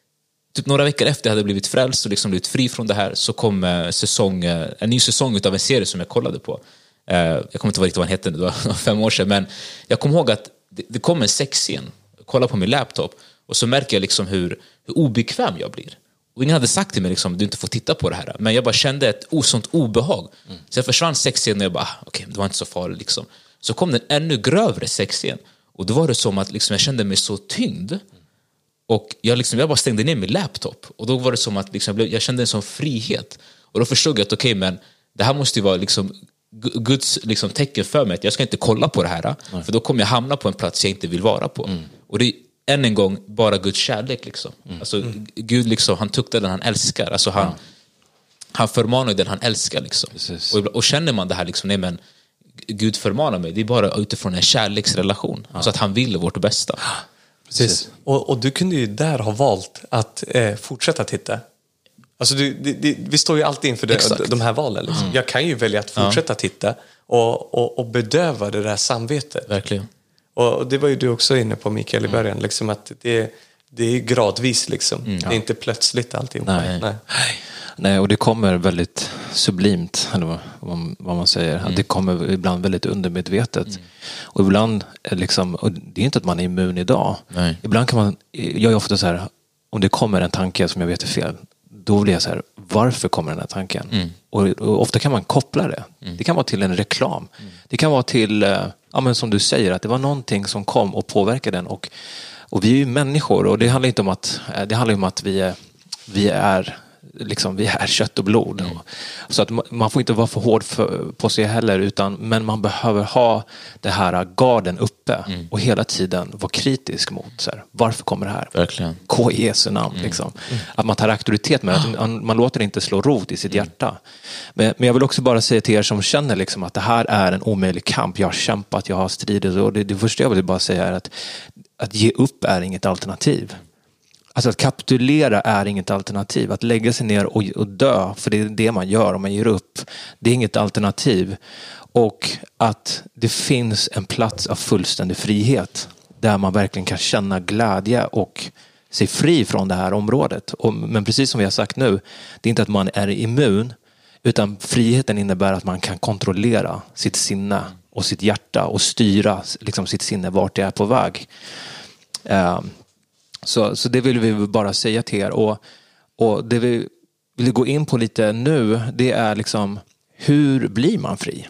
typ några veckor efter jag hade blivit frälst och liksom blivit fri från det här, så kom eh, säsong, eh, en ny säsong av en serie som jag kollade på. Eh, jag kommer inte ihåg riktigt vad den hette, det var fem år sedan, men jag kommer ihåg att det, det kom en sexscen. Jag kollade på min laptop och så märker jag liksom hur, hur obekväm jag blir. Och ingen hade sagt till mig liksom, du inte får titta på det här. Men jag bara kände ett osont obehag. Mm. Så jag försvann sexscenen och jag bara, okej, okay, det var inte så farligt liksom. Så kom det en ännu grövre sexscen. Och då var det som att liksom, jag kände mig så tyngd. Och jag, liksom, jag bara stängde ner min laptop. Och då var det som att liksom, jag, blev, jag kände en sån frihet. Och då förstod jag att okej, okay, men det här måste ju vara liksom, Guds liksom, tecken för mig. Att jag ska inte kolla på det här. Mm. För då kommer jag hamna på en plats jag inte vill vara på. Mm. Och det är än en gång bara Guds kärlek. Liksom. Mm. Alltså, mm. Gud liksom, han tuktar den han älskar. Alltså, han, mm. han förmanar den han älskar. Liksom. Och, och känner man det här, liksom, nej men Gud förmanar mig, det är bara utifrån en kärleksrelation. Ja. Alltså att han vill vårt bästa. Precis. Och, och du kunde ju där ha valt att eh, fortsätta titta. Alltså du, det, det, vi står ju alltid inför det, de här valen. Liksom. Mm. Jag kan ju välja att fortsätta ja. titta och, och, och bedöva det där samvetet. Verkligen. Och, och det var ju du också inne på, Mikael, i början. Liksom att det, det är gradvis. Liksom. Mm. Det är inte plötsligt allting. Nej. Nej. Nej, och det kommer väldigt sublimt, eller vad, vad man säger. Mm. Det kommer ibland väldigt undermedvetet. Mm. Och ibland, liksom, och det är inte att man är immun idag. Nej. Ibland kan man, jag är ofta så här, om det kommer en tanke som jag vet är fel, då blir jag så här, varför kommer den här tanken? Mm. Och, och ofta kan man koppla det. Mm. Det kan vara till en reklam. Mm. Det kan vara till, ja, men som du säger, att det var någonting som kom och påverkade den. Och, och vi är ju människor, och det handlar inte om att, det handlar om att vi är, vi är liksom, vi är kött och blod. Mm. Så att man får inte vara för hård för, på sig heller, utan, men man behöver ha det här garden uppe mm. och hela tiden vara kritisk mot så här, varför kommer det här? Verkligen. Gå i Jesu namn. Mm. Liksom. Mm. Att man tar auktoritet med det, man, man låter det inte slå rot i sitt mm. hjärta. Men, men jag vill också bara säga till er som känner liksom att det här är en omöjlig kamp. Jag har kämpat, jag har stridit, och det, det första jag vill bara säga är att, att ge upp är inget alternativ. Alltså att kapitulera är inget alternativ. Att lägga sig ner och, och dö, för det är det man gör om man ger upp. Det är inget alternativ. Och att det finns en plats av fullständig frihet där man verkligen kan känna glädje och se fri från det här området. Och, men precis som vi har sagt nu, det är inte att man är immun, utan friheten innebär att man kan kontrollera sitt sinne och sitt hjärta och styra liksom, sitt sinne vart det är på väg. Uh, så, så det vill vi bara säga till er. Och, och det vi vill gå in på lite nu, det är liksom, hur blir man fri?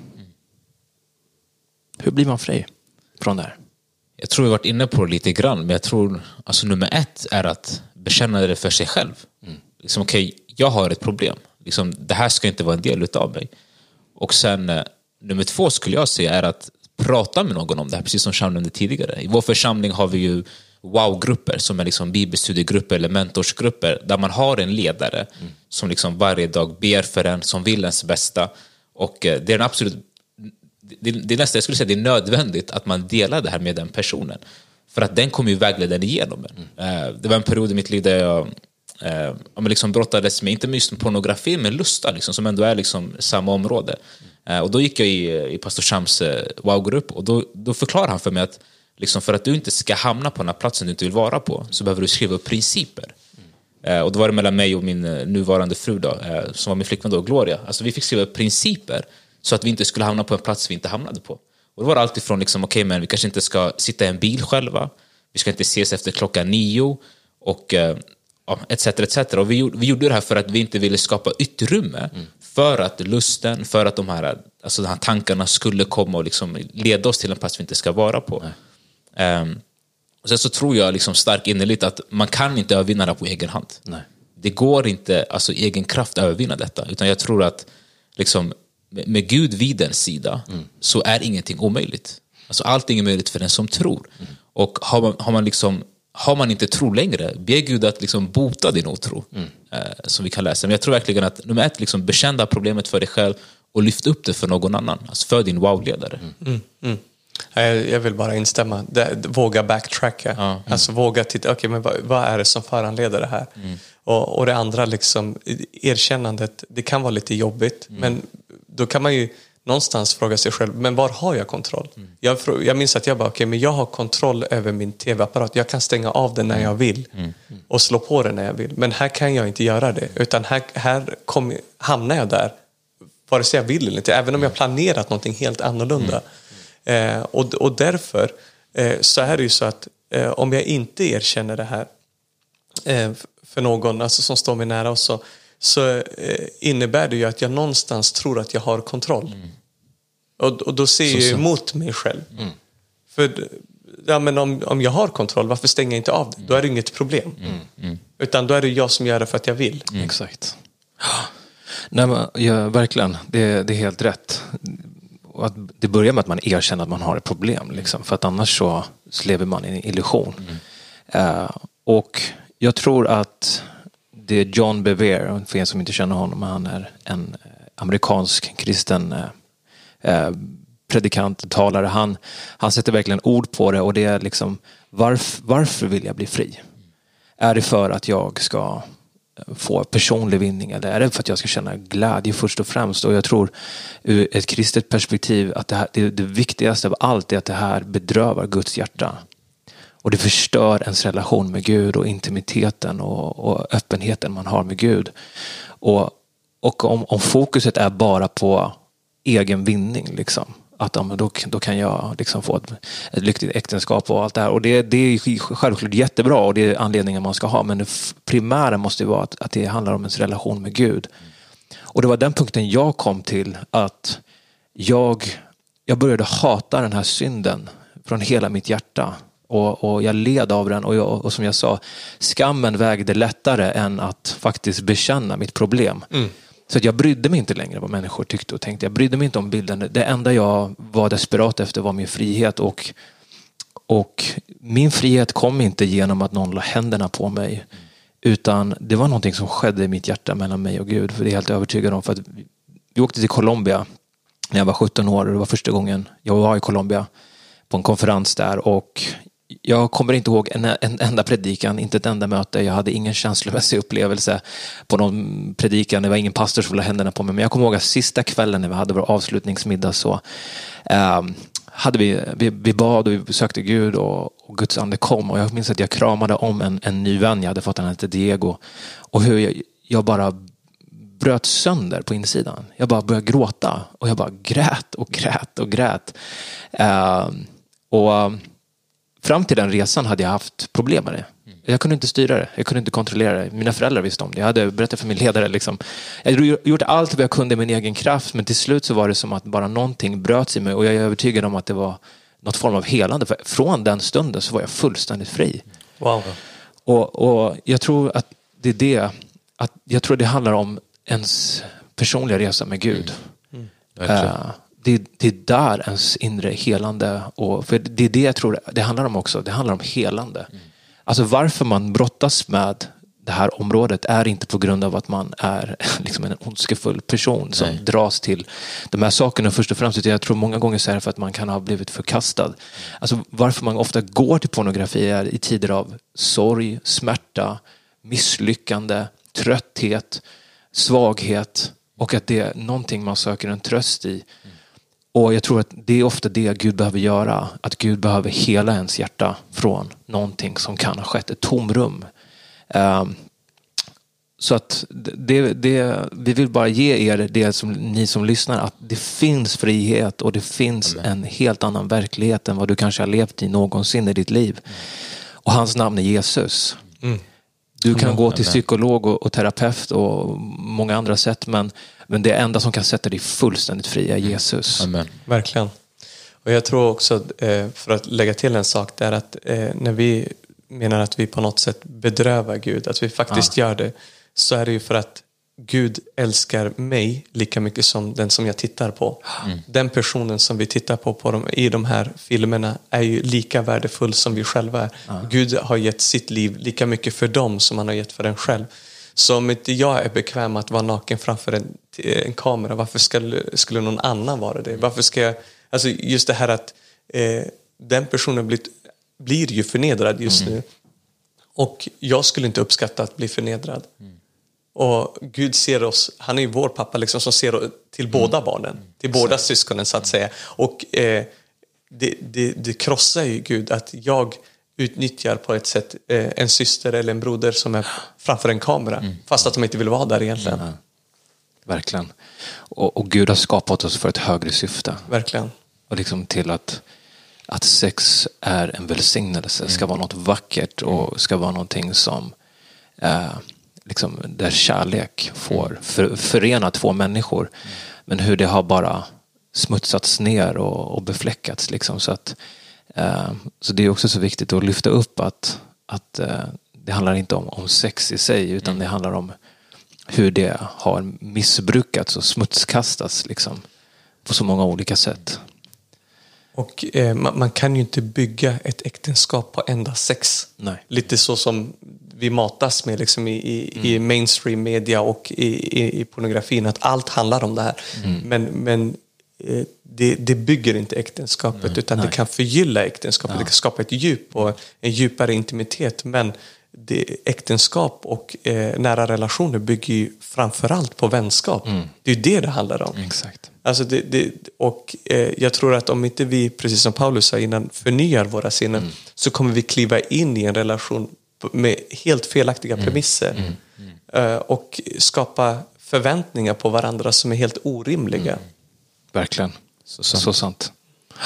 Hur blir man fri från det här? Jag tror vi har varit inne på det lite grann, men jag tror alltså nummer ett är att bekänna det för sig själv. Mm. Liksom, okej, okay, jag har ett problem. Liksom, det här ska inte vara en del utav mig. Och sen eh, nummer två skulle jag säga är att prata med någon om det här, precis som Sean nämnde tidigare. I vår församling har vi ju wow-grupper som är liksom bibelstudiegrupper eller mentorsgrupper där man har en ledare mm. som liksom varje dag ber för en, som vill ens bästa. Och eh, det är en absolut Det, det är nästan, jag skulle säga det är nödvändigt att man delar det här med den personen. För att den kommer ju vägleda den igenom en. Mm. Det var en period i mitt liv där jag eh, liksom brottades med, inte just pornografi, men lusta, liksom, som ändå är liksom samma område. Mm. Eh, och då gick jag i, i pastor Shams eh, wow-grupp, och då, då förklarar han för mig att liksom, för att du inte ska hamna på den här platsen du inte vill vara på, så behöver du skriva upp principer. Mm. Eh, och då var det mellan mig och min nuvarande fru då, eh, som var min flickvän då, Gloria. Alltså vi fick skriva upp principer så att vi inte skulle hamna på en plats vi inte hamnade på. Och det var alltid från liksom, okej, okay, men vi kanske inte ska sitta i en bil själva. Vi ska inte ses efter klockan nio och eh, et cetera et cetera. Och vi, vi gjorde det här för att vi inte ville skapa utrymme mm. för att lusten, för att de här, alltså de här tankarna skulle komma och liksom leda oss till en plats vi inte ska vara på. Um, och sen så tror jag liksom starkt innerligt att man kan inte övervinna det på egen hand. Nej. Det går inte, alltså egen kraft att övervinna detta. Utan jag tror att liksom med Gud vid den sida mm. så är ingenting omöjligt. Alltså allting är möjligt för den som tror. Mm. Och har man, har man liksom har man inte tro längre, be Gud att liksom bota din otro. Mm. Eh, som vi kan läsa. Men jag tror verkligen att nummer ett, liksom bekänna problemet för dig själv och lyft upp det för någon annan. Alltså för din wow-ledare. Mm. Mm. Mm. Jag, jag vill bara instämma. Det, våga backtracka. Ja. Mm. Alltså våga titta, okej, men vad, vad är det som föranleder det här? Mm. Och, och det andra, liksom, erkännandet, det kan vara lite jobbigt. Mm. Men då kan man ju någonstans fråga sig själv, men var har jag kontroll? Mm. Jag, jag minns att jag bara, okej, okay, men jag har kontroll över min tv-apparat. Jag kan stänga av den när jag vill mm. Mm. och slå på den när jag vill. Men här kan jag inte göra det. Utan här, här kom, hamnar jag där, vare sig jag vill eller inte. Även om jag planerat någonting helt annorlunda. Mm. Eh, och, och därför eh, så är det ju så att eh, om jag inte erkänner det här eh, för någon alltså, som står mig nära och så så eh, innebär det ju att jag någonstans tror att jag har kontroll. Mm. Och, och då ser så, jag ju emot mig själv. Mm. För ja, men om, om jag har kontroll, varför stänger jag inte av det? Mm. Då är det inget problem. Mm. Mm. Utan då är det jag som gör det för att jag vill. Mm. Exakt. Nej, men, ja, verkligen, det, det är helt rätt. Och att det börjar med att man erkänner att man har ett problem. Liksom, för att annars så lever man i en illusion. Mm. Uh, och jag tror att det är John Bevere, för er som inte känner honom, han är en amerikansk kristen eh, predikant, talare. Han, han sätter verkligen ord på det, och det är liksom, varf, varför vill jag bli fri? Är det för att jag ska få personlig vinning, eller är det för att jag ska känna glädje först och främst? Och jag tror ur ett kristet perspektiv att det, här, det, det viktigaste av allt är att det här bedrövar Guds hjärta. Och det förstör ens relation med Gud och intimiteten och, och öppenheten man har med Gud. Och, och om, om fokuset är bara på egen vinning, liksom, att ja, då, då kan jag liksom få ett, ett lyckligt äktenskap och allt det här. Och det, det är självklart jättebra, och det är anledningen man ska ha. Men det primära måste ju vara att, att det handlar om ens relation med Gud. Och det var den punkten jag kom till, att jag, jag började hata den här synden från hela mitt hjärta. Och, och jag led av den, och, jag, och som jag sa, skammen vägde lättare än att faktiskt bekänna mitt problem. Mm. Så att jag brydde mig inte längre vad människor tyckte och tänkte. Jag brydde mig inte om bilden. Det enda jag var desperat efter var min frihet. Och, och min frihet kom inte genom att någon la händerna på mig. Mm. Utan det var någonting som skedde i mitt hjärta mellan mig och Gud. För det är jag helt övertygad om. För att vi, vi åkte till Colombia när jag var sjutton år. Och det var första gången jag var i Colombia på en konferens där. Och jag kommer inte ihåg en, en enda predikan, inte ett enda möte. Jag hade ingen känslomässig upplevelse på någon predikan. Det var ingen pastor som la händerna på mig. Men jag kommer ihåg att sista kvällen när vi hade vår avslutningsmiddag så eh, hade vi, vi, vi bad och vi besökte Gud och, och Guds ande kom. Och jag minns att jag kramade om en, en ny vän. Jag hade fått, han hette Diego. Och hur jag, jag bara bröt sönder på insidan. Jag bara började gråta. Och jag bara grät och grät och grät. Eh, och fram till den resan hade jag haft problem med det. Jag kunde inte styra det. Jag kunde inte kontrollera det. Mina föräldrar visste om det. Jag hade berättat för min ledare. Liksom. Jag hade gjort allt vad jag kunde med min egen kraft. Men till slut så var det som att bara någonting bröt i mig. Och jag är övertygad om att det var något form av helande. För från den stunden så var jag fullständigt fri. Wow. Och, och jag tror att det är det. Att jag tror det handlar om ens personliga resa med Gud. Mm. Mm. Uh, det, det är där ens inre helande. Och, för det är det jag tror det handlar om också. Det handlar om helande. Mm. Alltså varför man brottas med det här området är inte på grund av att man är liksom en ondskefull person som Nej. dras till de här sakerna först och främst. Jag tror många gånger så är det för att man kan ha blivit förkastad. Alltså varför man ofta går till pornografi är i tider av sorg, smärta, misslyckande, trötthet, svaghet och att det är någonting man söker en tröst i. Och jag tror att det är ofta det Gud behöver göra. Att Gud behöver hela ens hjärta från någonting som kan ha skett. Ett tomrum. Um, så att det, det, vi vill bara ge er det som ni som lyssnar. Att det finns frihet och det finns Amen. En helt annan verklighet än vad du kanske har levt i någonsin i ditt liv. Mm. Och hans namn är Jesus. Mm. Du kan mm. gå till psykolog och, och terapeut och många andra sätt. Men Men det enda som kan sätta dig fullständigt fri är Jesus. Amen. Verkligen. Och jag tror också, för att lägga till en sak, det är att när vi menar att vi på något sätt bedrövar Gud, att vi faktiskt ja. gör det, så är det ju för att Gud älskar mig lika mycket som den som jag tittar på. Mm. Den personen som vi tittar på, på de, i de här filmerna är ju lika värdefull som vi själva är. Ja. Gud har gett sitt liv lika mycket för dem som han har gett för den själv. Så om inte jag är bekväm att vara naken framför en, en kamera, varför skulle, skulle någon annan vara det? Varför ska jag, alltså just det här att eh, den personen blir, blir ju förnedrad just mm. nu. Och jag skulle inte uppskatta att bli förnedrad. Mm. Och Gud ser oss, han är ju vår pappa liksom, som ser till mm. båda barnen, till mm. båda syskonen så att säga. Och eh, det, det, det krossar ju Gud att jag utnyttjar på ett sätt eh, en syster eller en broder som är framför en kamera mm. fast att de inte vill vara där egentligen. Mm. Verkligen. Och, och Gud har skapat oss för ett högre syfte. Verkligen. Och liksom till att, att sex är en välsignelse, mm. ska vara något vackert och ska vara någonting som eh, liksom, där kärlek får för, förena två människor. Mm. Men hur det har bara smutsats ner och, och befläckats liksom, så att så det är också så viktigt att lyfta upp att, att det handlar inte om, om sex i sig, utan mm. det handlar om hur det har missbrukats och smutskastats liksom, på så många olika sätt. Och eh, man, man kan ju inte bygga ett äktenskap på enda sex. Nej. Lite så som vi matas med liksom, i, i, mm. i mainstream media och i, i, i pornografin, att allt handlar om det här. Mm. Men, men Det, det bygger inte äktenskapet mm, utan nej. det kan förgylla äktenskapet, ja. det kan skapa ett djup och en djupare intimitet, men det, äktenskap och eh, nära relationer bygger ju framförallt på vänskap. Mm. Det är ju det det handlar om. Exakt. Alltså det, det, och eh, jag tror att om inte vi, precis som Paulus sa innan, förnyar våra sinnen mm. så kommer vi kliva in i en relation med helt felaktiga mm. premisser mm. Mm. Eh, och skapa förväntningar på varandra som är helt orimliga. Mm. Verkligen. Så sant. Så sant.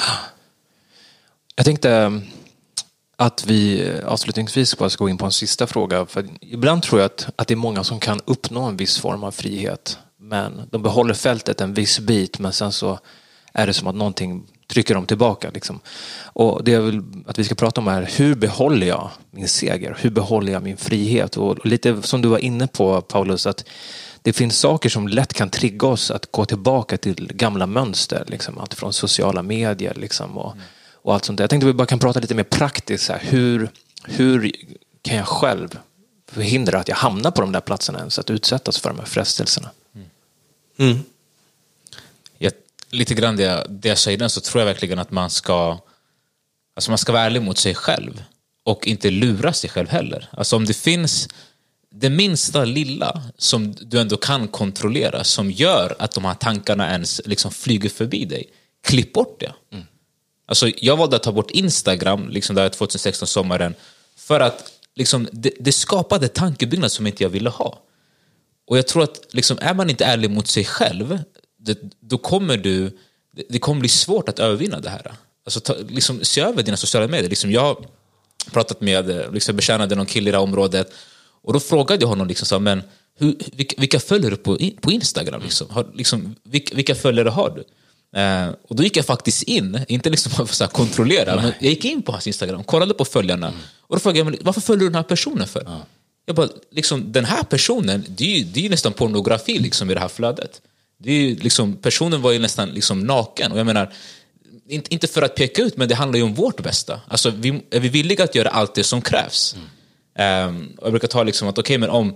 Jag tänkte att vi avslutningsvis bara ska gå in på en sista fråga. För ibland tror jag att, att det är många som kan uppnå en viss form av frihet. Men de behåller fältet en viss bit, men sen så är det som att någonting trycker dem tillbaka. Liksom. Och det jag vill att vi ska prata om är, hur behåller jag min seger? Hur behåller jag min frihet? Och lite som du var inne på, Paulus, att det finns saker som lätt kan trigga oss att gå tillbaka till gamla mönster. Liksom, allt från sociala medier liksom, och, och allt sånt där. Jag tänkte att vi bara kan prata lite mer praktiskt. Så här, hur, hur kan jag själv förhindra att jag hamnar på de där platserna ens, att utsättas för de här frestelserna? Mm. Mm. Jag, lite grann det, det jag säger, så tror jag verkligen att man ska Alltså man ska vara ärlig mot sig själv och inte lura sig själv heller. Alltså om det finns det minsta lilla som du ändå kan kontrollera som gör att de här tankarna ens liksom flyger förbi dig, klipp bort det. Mm. Alltså jag valde att ta bort Instagram liksom där tjugohundrasexton sommaren för att liksom, det, det skapade tankebyggnad som inte jag ville ha. Och jag tror att liksom, är man inte ärlig mot sig själv, det, då kommer du det, det kommer bli svårt att övervinna det här. Alltså ta, liksom, se över dina sociala medier. Liksom, jag har pratat med, liksom, betjänade någon kille i det här området och då frågade jag honom liksom, så, men hur, vilka, vilka följer du på, på Instagram? Liksom? Har, liksom, vilka, vilka följare har du? Uh, och då gick jag faktiskt in, inte liksom för att kontrollera, Nej. men jag gick in på hans Instagram, kollade på följarna mm. och då frågade jag, varför följer du den här personen för? Ja. Jag bara, liksom, den här personen, det är ju, det är ju nästan pornografi liksom, i det här flödet. Det är ju, liksom, personen var ju nästan liksom, naken, och jag menar, inte, inte för att peka ut, men det handlar ju om vårt bästa. Alltså, vi, är vi villiga att göra allt det som krävs? Mm. Um, jag brukar ta liksom att, okej, okay, men om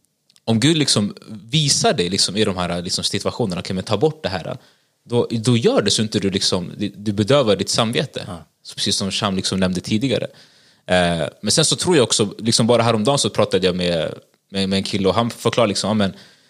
om Gud liksom visar dig liksom, i de här liksom, situationerna, okej, okay, men ta bort det här, Då, då gör det så inte du liksom du bedövar ditt samvete, ja. Precis som Sham liksom nämnde tidigare. Eh, men sen så tror jag också liksom bara häromdagen så pratade jag med, med, med en kille och han förklarade liksom, amen,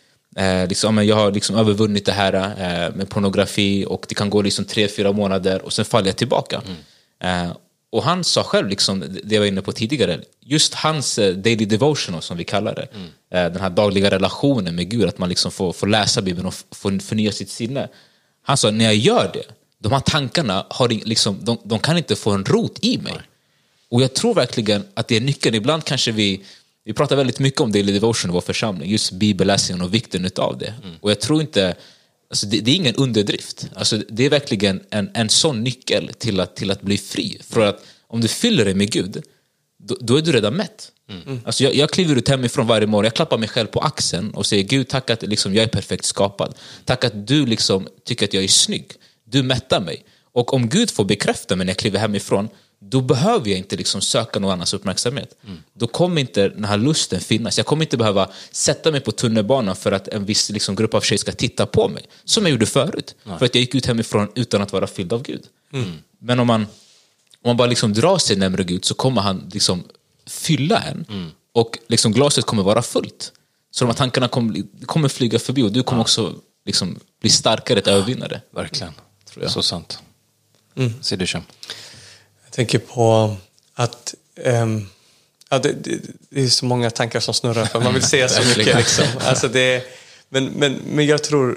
eh, liksom, amen, jag har liksom övervunnit det här eh, med pornografi och det kan gå liksom tre, fyra månader och sen faller jag tillbaka. Mm. Eh, och han sa själv liksom, det jag var inne på tidigare, just hans eh, daily devotional som vi kallar det, mm. eh, den här dagliga relationen med Gud, att man liksom får, får läsa Bibeln och får förnya sitt sinne. Han sa, när jag gör det, de här tankarna har liksom, de, de kan inte få en rot i mig. Och jag tror verkligen att det är nyckeln. Ibland kanske vi, vi pratar väldigt mycket om daily devotion i vår församling, just bibelläsningen och vikten av det. Mm. Och jag tror inte, alltså det, det är ingen underdrift. Alltså det är verkligen en, en sån nyckel till att, till att bli fri. För att om du fyller dig med Gud, då, då är du redan mätt. Mm. Alltså jag, jag kliver ut hemifrån varje morgon, jag klappar mig själv på axeln och säger, Gud, tack att liksom, jag är perfekt skapad, tack att du liksom, tycker att jag är snygg, du mättar mig. Och om Gud får bekräfta mig när jag kliver hemifrån, då behöver jag inte liksom, söka någon annans uppmärksamhet. Mm. Då kommer inte den här lusten finnas. Jag kommer inte behöva sätta mig på tunnelbanan för att en viss liksom, grupp av tjejer ska titta på mig, som jag gjorde förut. Nej. För att jag gick ut hemifrån utan att vara fylld av Gud. Mm. Men om man, om man bara liksom, drar sig närmare Gud, så kommer han liksom fylla en mm. och liksom glaset kommer vara fullt. Så de här tankarna kommer, kommer flyga förbi och du kommer ja. också liksom bli starkare att övervinna det. Verkligen, tror jag. Så sant. Mm. Ser du, Sham? Jag tänker på att um, ja, det, det, det är så många tankar som snurrar för man vill säga så mycket liksom. Alltså det, men, men, men jag tror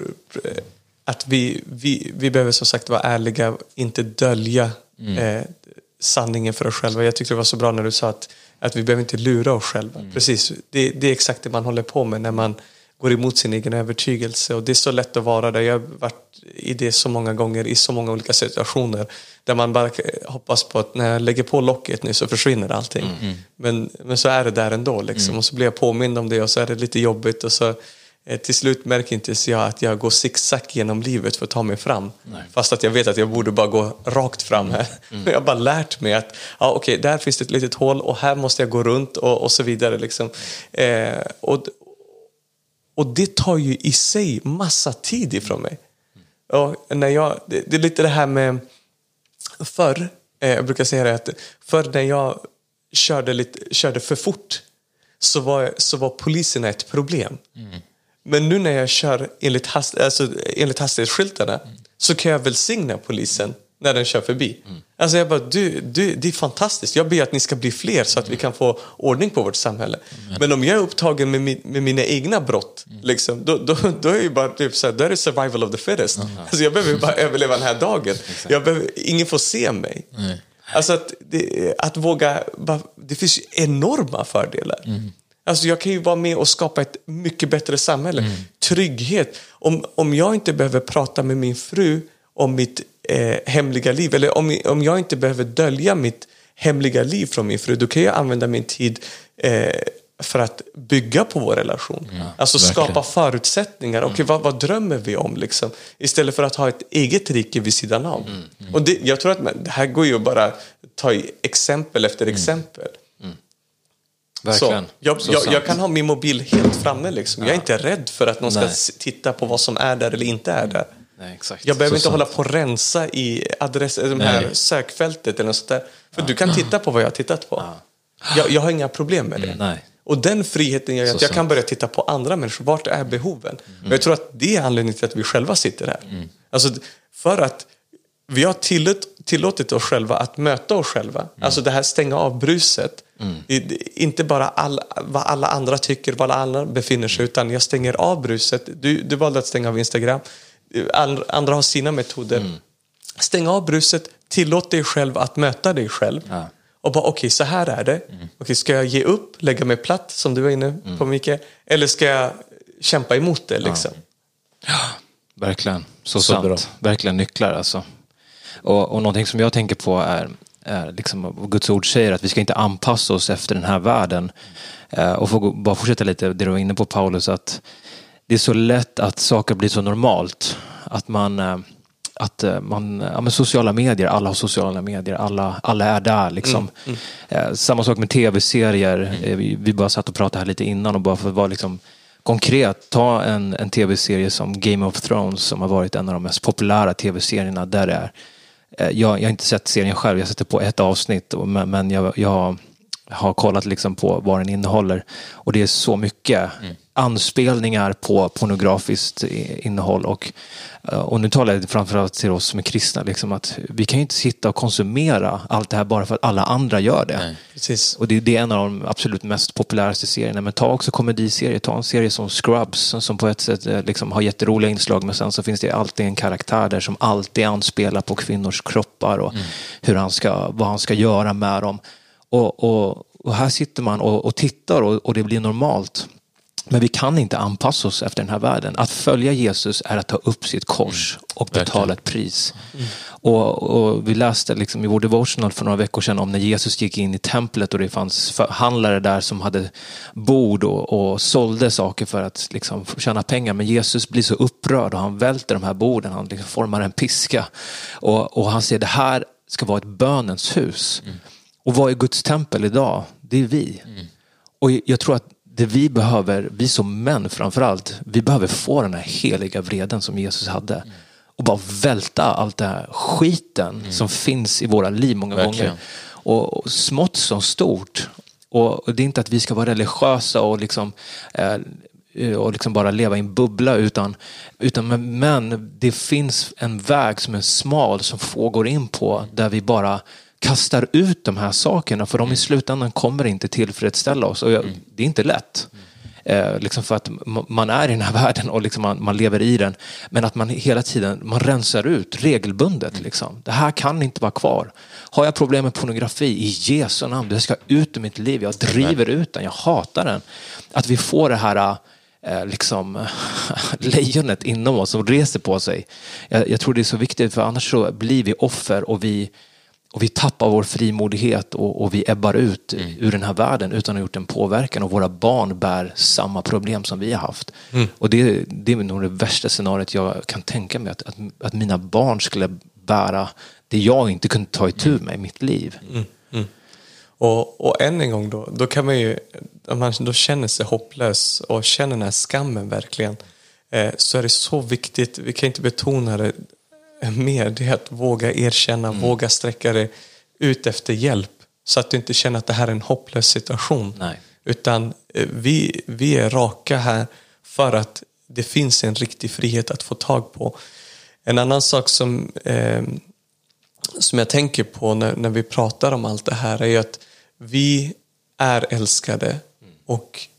att vi, vi, vi behöver som sagt vara ärliga, inte dölja mm. eh, sanningen för oss själva. Jag tyckte det var så bra när du sa att Att vi behöver inte lura oss själva. Mm. Precis, det, det är exakt det man håller på med när man går emot sin egen övertygelse. Och det är så lätt att vara där. Jag har varit i det så många gånger, i så många olika situationer. Där man bara hoppas på att när jag lägger på locket nu så försvinner allting. Mm. Men, men så är det där ändå. Liksom. Mm. Och så blir jag påmind om det och så är det lite jobbigt. Och så eh, till slut märker inte jag att jag går zigzag genom livet för att ta mig fram. Nej. Fast att jag vet att jag borde bara gå rakt fram här. Mm. Jag har bara lärt mig att ja, okej, där finns det ett litet hål och här måste jag gå runt och, och så vidare. Liksom. Eh, och, och det tar ju i sig massa tid ifrån mig. Och när jag, det, det är lite det här med förr, eh, jag brukar säga det att förr när jag körde, lite, körde för fort så var, så var poliserna ett problem. Mm. Men nu när jag kör enligt, hast, alltså, enligt hastighetsskyltarna mm. så kan jag välsigna polisen när den kör förbi. Mm. Alltså jag bara, du, du, det är fantastiskt. Jag ber att ni ska bli fler så att mm. vi kan få ordning på vårt samhälle. Mm. Men om jag är upptagen med, min, med mina egna brott, mm. liksom, då, då, då är ju bara typ så här, då är det survival of the fittest. Mm. Alltså jag behöver bara överleva den här dagen. Jag behöver, ingen får se mig. Mm. Alltså att, det, att våga, bara, det finns ju enorma fördelar. Mm. Alltså jag kan ju vara med och skapa ett mycket bättre samhälle. Mm. Trygghet. Om, om jag inte behöver prata med min fru om mitt eh, hemliga liv. Eller om, om jag inte behöver dölja mitt hemliga liv från min fru. Då kan jag använda min tid eh, för att bygga på vår relation. Mm, alltså verkligen. Skapa förutsättningar. Okej, okay, vad, vad drömmer vi om liksom? Istället för att ha ett eget rike vid sidan av. Mm, mm. Och det, jag tror att man, det här går ju att bara ta exempel efter mm. exempel. Verkligen. Så, jag, så jag, jag kan ha min mobil helt framme liksom. Jag är inte rädd för att någon Nej. ska titta på vad som är där eller inte är där. Nej, exakt. Jag behöver Så inte sant. hålla på och rensa i adress, de här Nej. sökfältet eller något sånt där. För du kan titta på vad jag har tittat på. Jag, jag har inga problem med det. Nej. Och den friheten gör att Så jag kan sant. börja titta på andra människor. Vart är behoven? Och jag tror att det är anledningen till att vi själva sitter här. Mm. Alltså, för att vi har tillåt, tillåtit oss själva att möta oss själva. Mm. Alltså det här stänga av bruset. I, inte bara all, vad alla andra tycker, vad alla andra befinner sig, utan jag stänger av bruset. Du, du valde att stänga av Instagram. All, andra har sina metoder. Mm. Stäng av bruset, tillåt dig själv att möta dig själv. Ja. Och bara, okej, okay, så här är det. Mm. Okej, ska jag ge upp, lägga mig platt, som du var inne på, Mikael? Eller ska jag kämpa emot det, liksom? Verkligen, så, Så sant. bra. Verkligen nycklar alltså. Och, och någonting som jag tänker på är, är liksom, vad Guds ord säger, att vi ska inte anpassa oss efter den här världen. Eh, och få, bara fortsätta lite det du var inne på, Paulus, att det är så lätt att saker blir så normalt. Att man, eh, att man ja, men sociala medier, alla har sociala medier, alla, alla är där liksom. Mm, mm. Eh, samma sak med tv-serier. Mm. Eh, vi, vi bara satt och pratade här lite innan, och bara för att vara liksom konkret, ta en, en tv-serie som Game of Thrones, som har varit en av de mest populära tv-serierna där det är. Jag, jag har inte sett serien själv, jag sätter på ett avsnitt, men jag, jag har kollat liksom på vad den innehåller, och det är så mycket mm. anspelningar på pornografiskt innehåll, och, och nu talar jag framförallt till oss som är kristna, liksom, att vi kan ju inte sitta och konsumera allt det här bara för att alla andra gör det. Nej. Precis. Och det, det är en av de absolut mest populäraste serierna. Men ta också komediserier, ta en serie som Scrubs, som, som på ett sätt liksom har jätteroliga inslag, men sen så finns det alltid en karaktär där som alltid anspelar på kvinnors kroppar och mm. hur han ska, vad han ska göra med dem. Och, och, och här sitter man och, och tittar, och, och det blir normalt. Men vi kan inte anpassa oss efter den här världen. Att följa Jesus är att ta upp sitt kors mm. och betala ett pris. Mm. Och, och vi läste liksom i vår devotional för några veckor sedan om när Jesus gick in i templet, och det fanns handlare där som hade bord och, och sålde saker för att liksom tjäna pengar. Men Jesus blir så upprörd och han välter de här borden. Han liksom formar en piska. Och, och han säger, det här ska vara ett bönens hus. Mm. Och vad är Guds tempel idag? Det är vi. Mm. Och jag tror att det vi behöver, vi som män framförallt, vi behöver få den här heliga vreden som Jesus hade. Mm. Och bara välta allt det här skiten mm. som finns i våra liv många Verkligen. gånger. Och, och smått som stort. Och, och det är inte att vi ska vara religiösa och liksom, eh, och liksom bara leva i en bubbla, utan, utan men, men det finns en väg som är smal, som få går in på, där vi bara kastar ut de här sakerna, för de i slutändan kommer inte tillfredsställa oss. Och jag, det är inte lätt. Eh, liksom för att man är i den här världen och liksom man, man lever i den. Men att man hela tiden man rensar ut regelbundet. Liksom. Det här kan inte vara kvar. Har jag problem med pornografi, i Jesu namn, det ska ut ur mitt liv. Jag driver ut den, jag hatar den. Att vi får det här eh, liksom, lejonet inom oss som reser på sig. Jag, jag tror det är så viktigt, för annars så blir vi offer, och vi Och vi tappar vår frimodighet, och, och vi ebbar ut mm. ur den här världen utan att ha gjort en påverkan. Och våra barn bär samma problem som vi har haft. Mm. Och det, det är nog det värsta scenariot jag kan tänka mig. Att, att, att mina barn skulle bära det jag inte kunde ta itu med i mitt liv. Mm. Mm. Och, och än en gång då, då kan man ju, om man då känner sig hopplös och känner den här skammen verkligen, eh, så är det så viktigt, vi kan inte betona det mer, det är att våga erkänna, mm. våga sträcka dig ut efter hjälp, så att du inte känner att det här är en hopplös situation. Nej. Utan eh, vi, vi är raka här för att det finns en riktig frihet att få tag på. En annan sak som, eh, som jag tänker på när, när vi pratar om allt det här är ju att vi är älskade, mm. och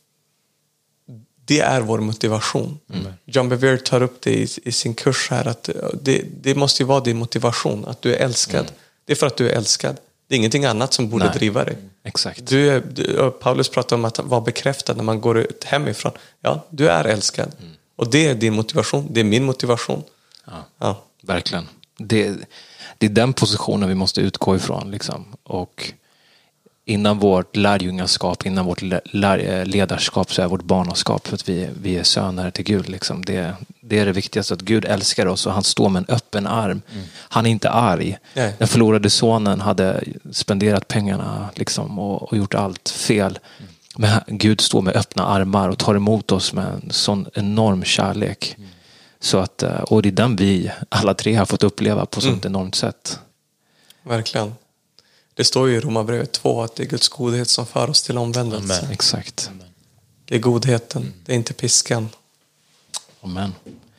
det är vår motivation. Mm. John Bevere tar upp det i, i sin kurs här, att det, det måste ju vara din motivation, att du är älskad. Mm. Det är för att du är älskad. Det är ingenting annat som borde Nej. driva dig. Exakt. Du är, du, Paulus pratar om att vara bekräftad när man går ut hemifrån. Ja, du är älskad. Mm. Och det är din motivation. Det är min motivation. Ja, ja. Verkligen. Det, det är den positionen vi måste utgå ifrån. Liksom. Och innan vårt lärjungaskap, innan vårt ledarskap, så är vårt barnaskap, för att vi, vi är söner till Gud. Liksom. Det, det är det viktigaste, att Gud älskar oss, och han står med en öppen arm. Mm. Han är inte arg. Nej. Den förlorade sonen hade spenderat pengarna liksom, och, och gjort allt fel. Mm. Men Gud står med öppna armar och tar emot oss med en sån enorm kärlek. Mm. Så att, och det är den vi alla tre har fått uppleva på sånt mm. enormt sätt. Verkligen. Det står ju i Romarbrevet två att det är Guds godhet som för oss till omvändelse. Amen. Exakt. Amen. Det är godheten, mm. det är inte piskan. Amen.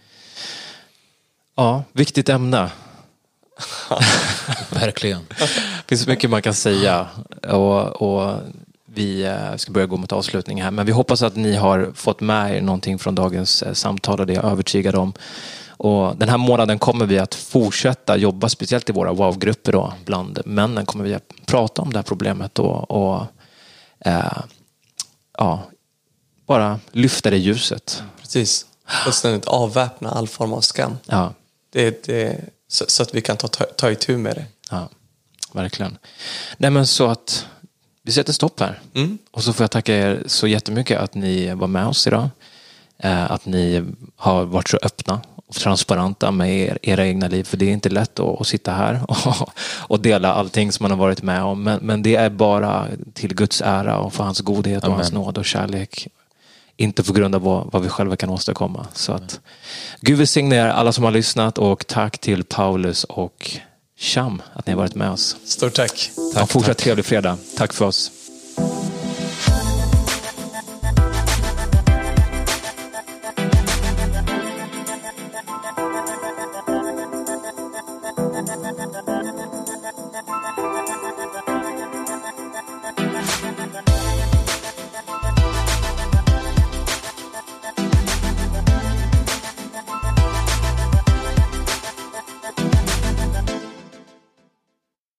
Ja, viktigt ämne. Verkligen. Det finns mycket man kan säga. Och, och vi ska börja gå mot avslutning här. Men vi hoppas att ni har fått med er någonting från dagens samtal, och det är jag övertygad om. Och den här månaden kommer vi att fortsätta jobba, speciellt i våra wow-grupper då, bland männen kommer vi att prata om det här problemet och, och eh, ja, bara lyfta det ljuset. Precis. Fullständigt avväpna all form av skam. Ja. Det, det, så, så att vi kan ta, ta, ta itu med det. Ja, verkligen. Nej, men så att vi sätter stopp här. Mm. Och så får jag tacka er så jättemycket att ni var med oss idag. Eh, att ni har varit så öppna och transparenta med er, era egna liv. För det är inte lätt att, att sitta här och, och dela allting som man har varit med om. Men, men det är bara till Guds ära och för hans godhet. Amen. Och hans nåd och kärlek. Inte på grund av vad, vad vi själva kan åstadkomma. Så att Gud välsigne er alla som har lyssnat, och tack till Paulus och Cham att ni har varit med oss. Stort tack. Tack, och fortsatt tack. Trevlig fredag. Tack för oss.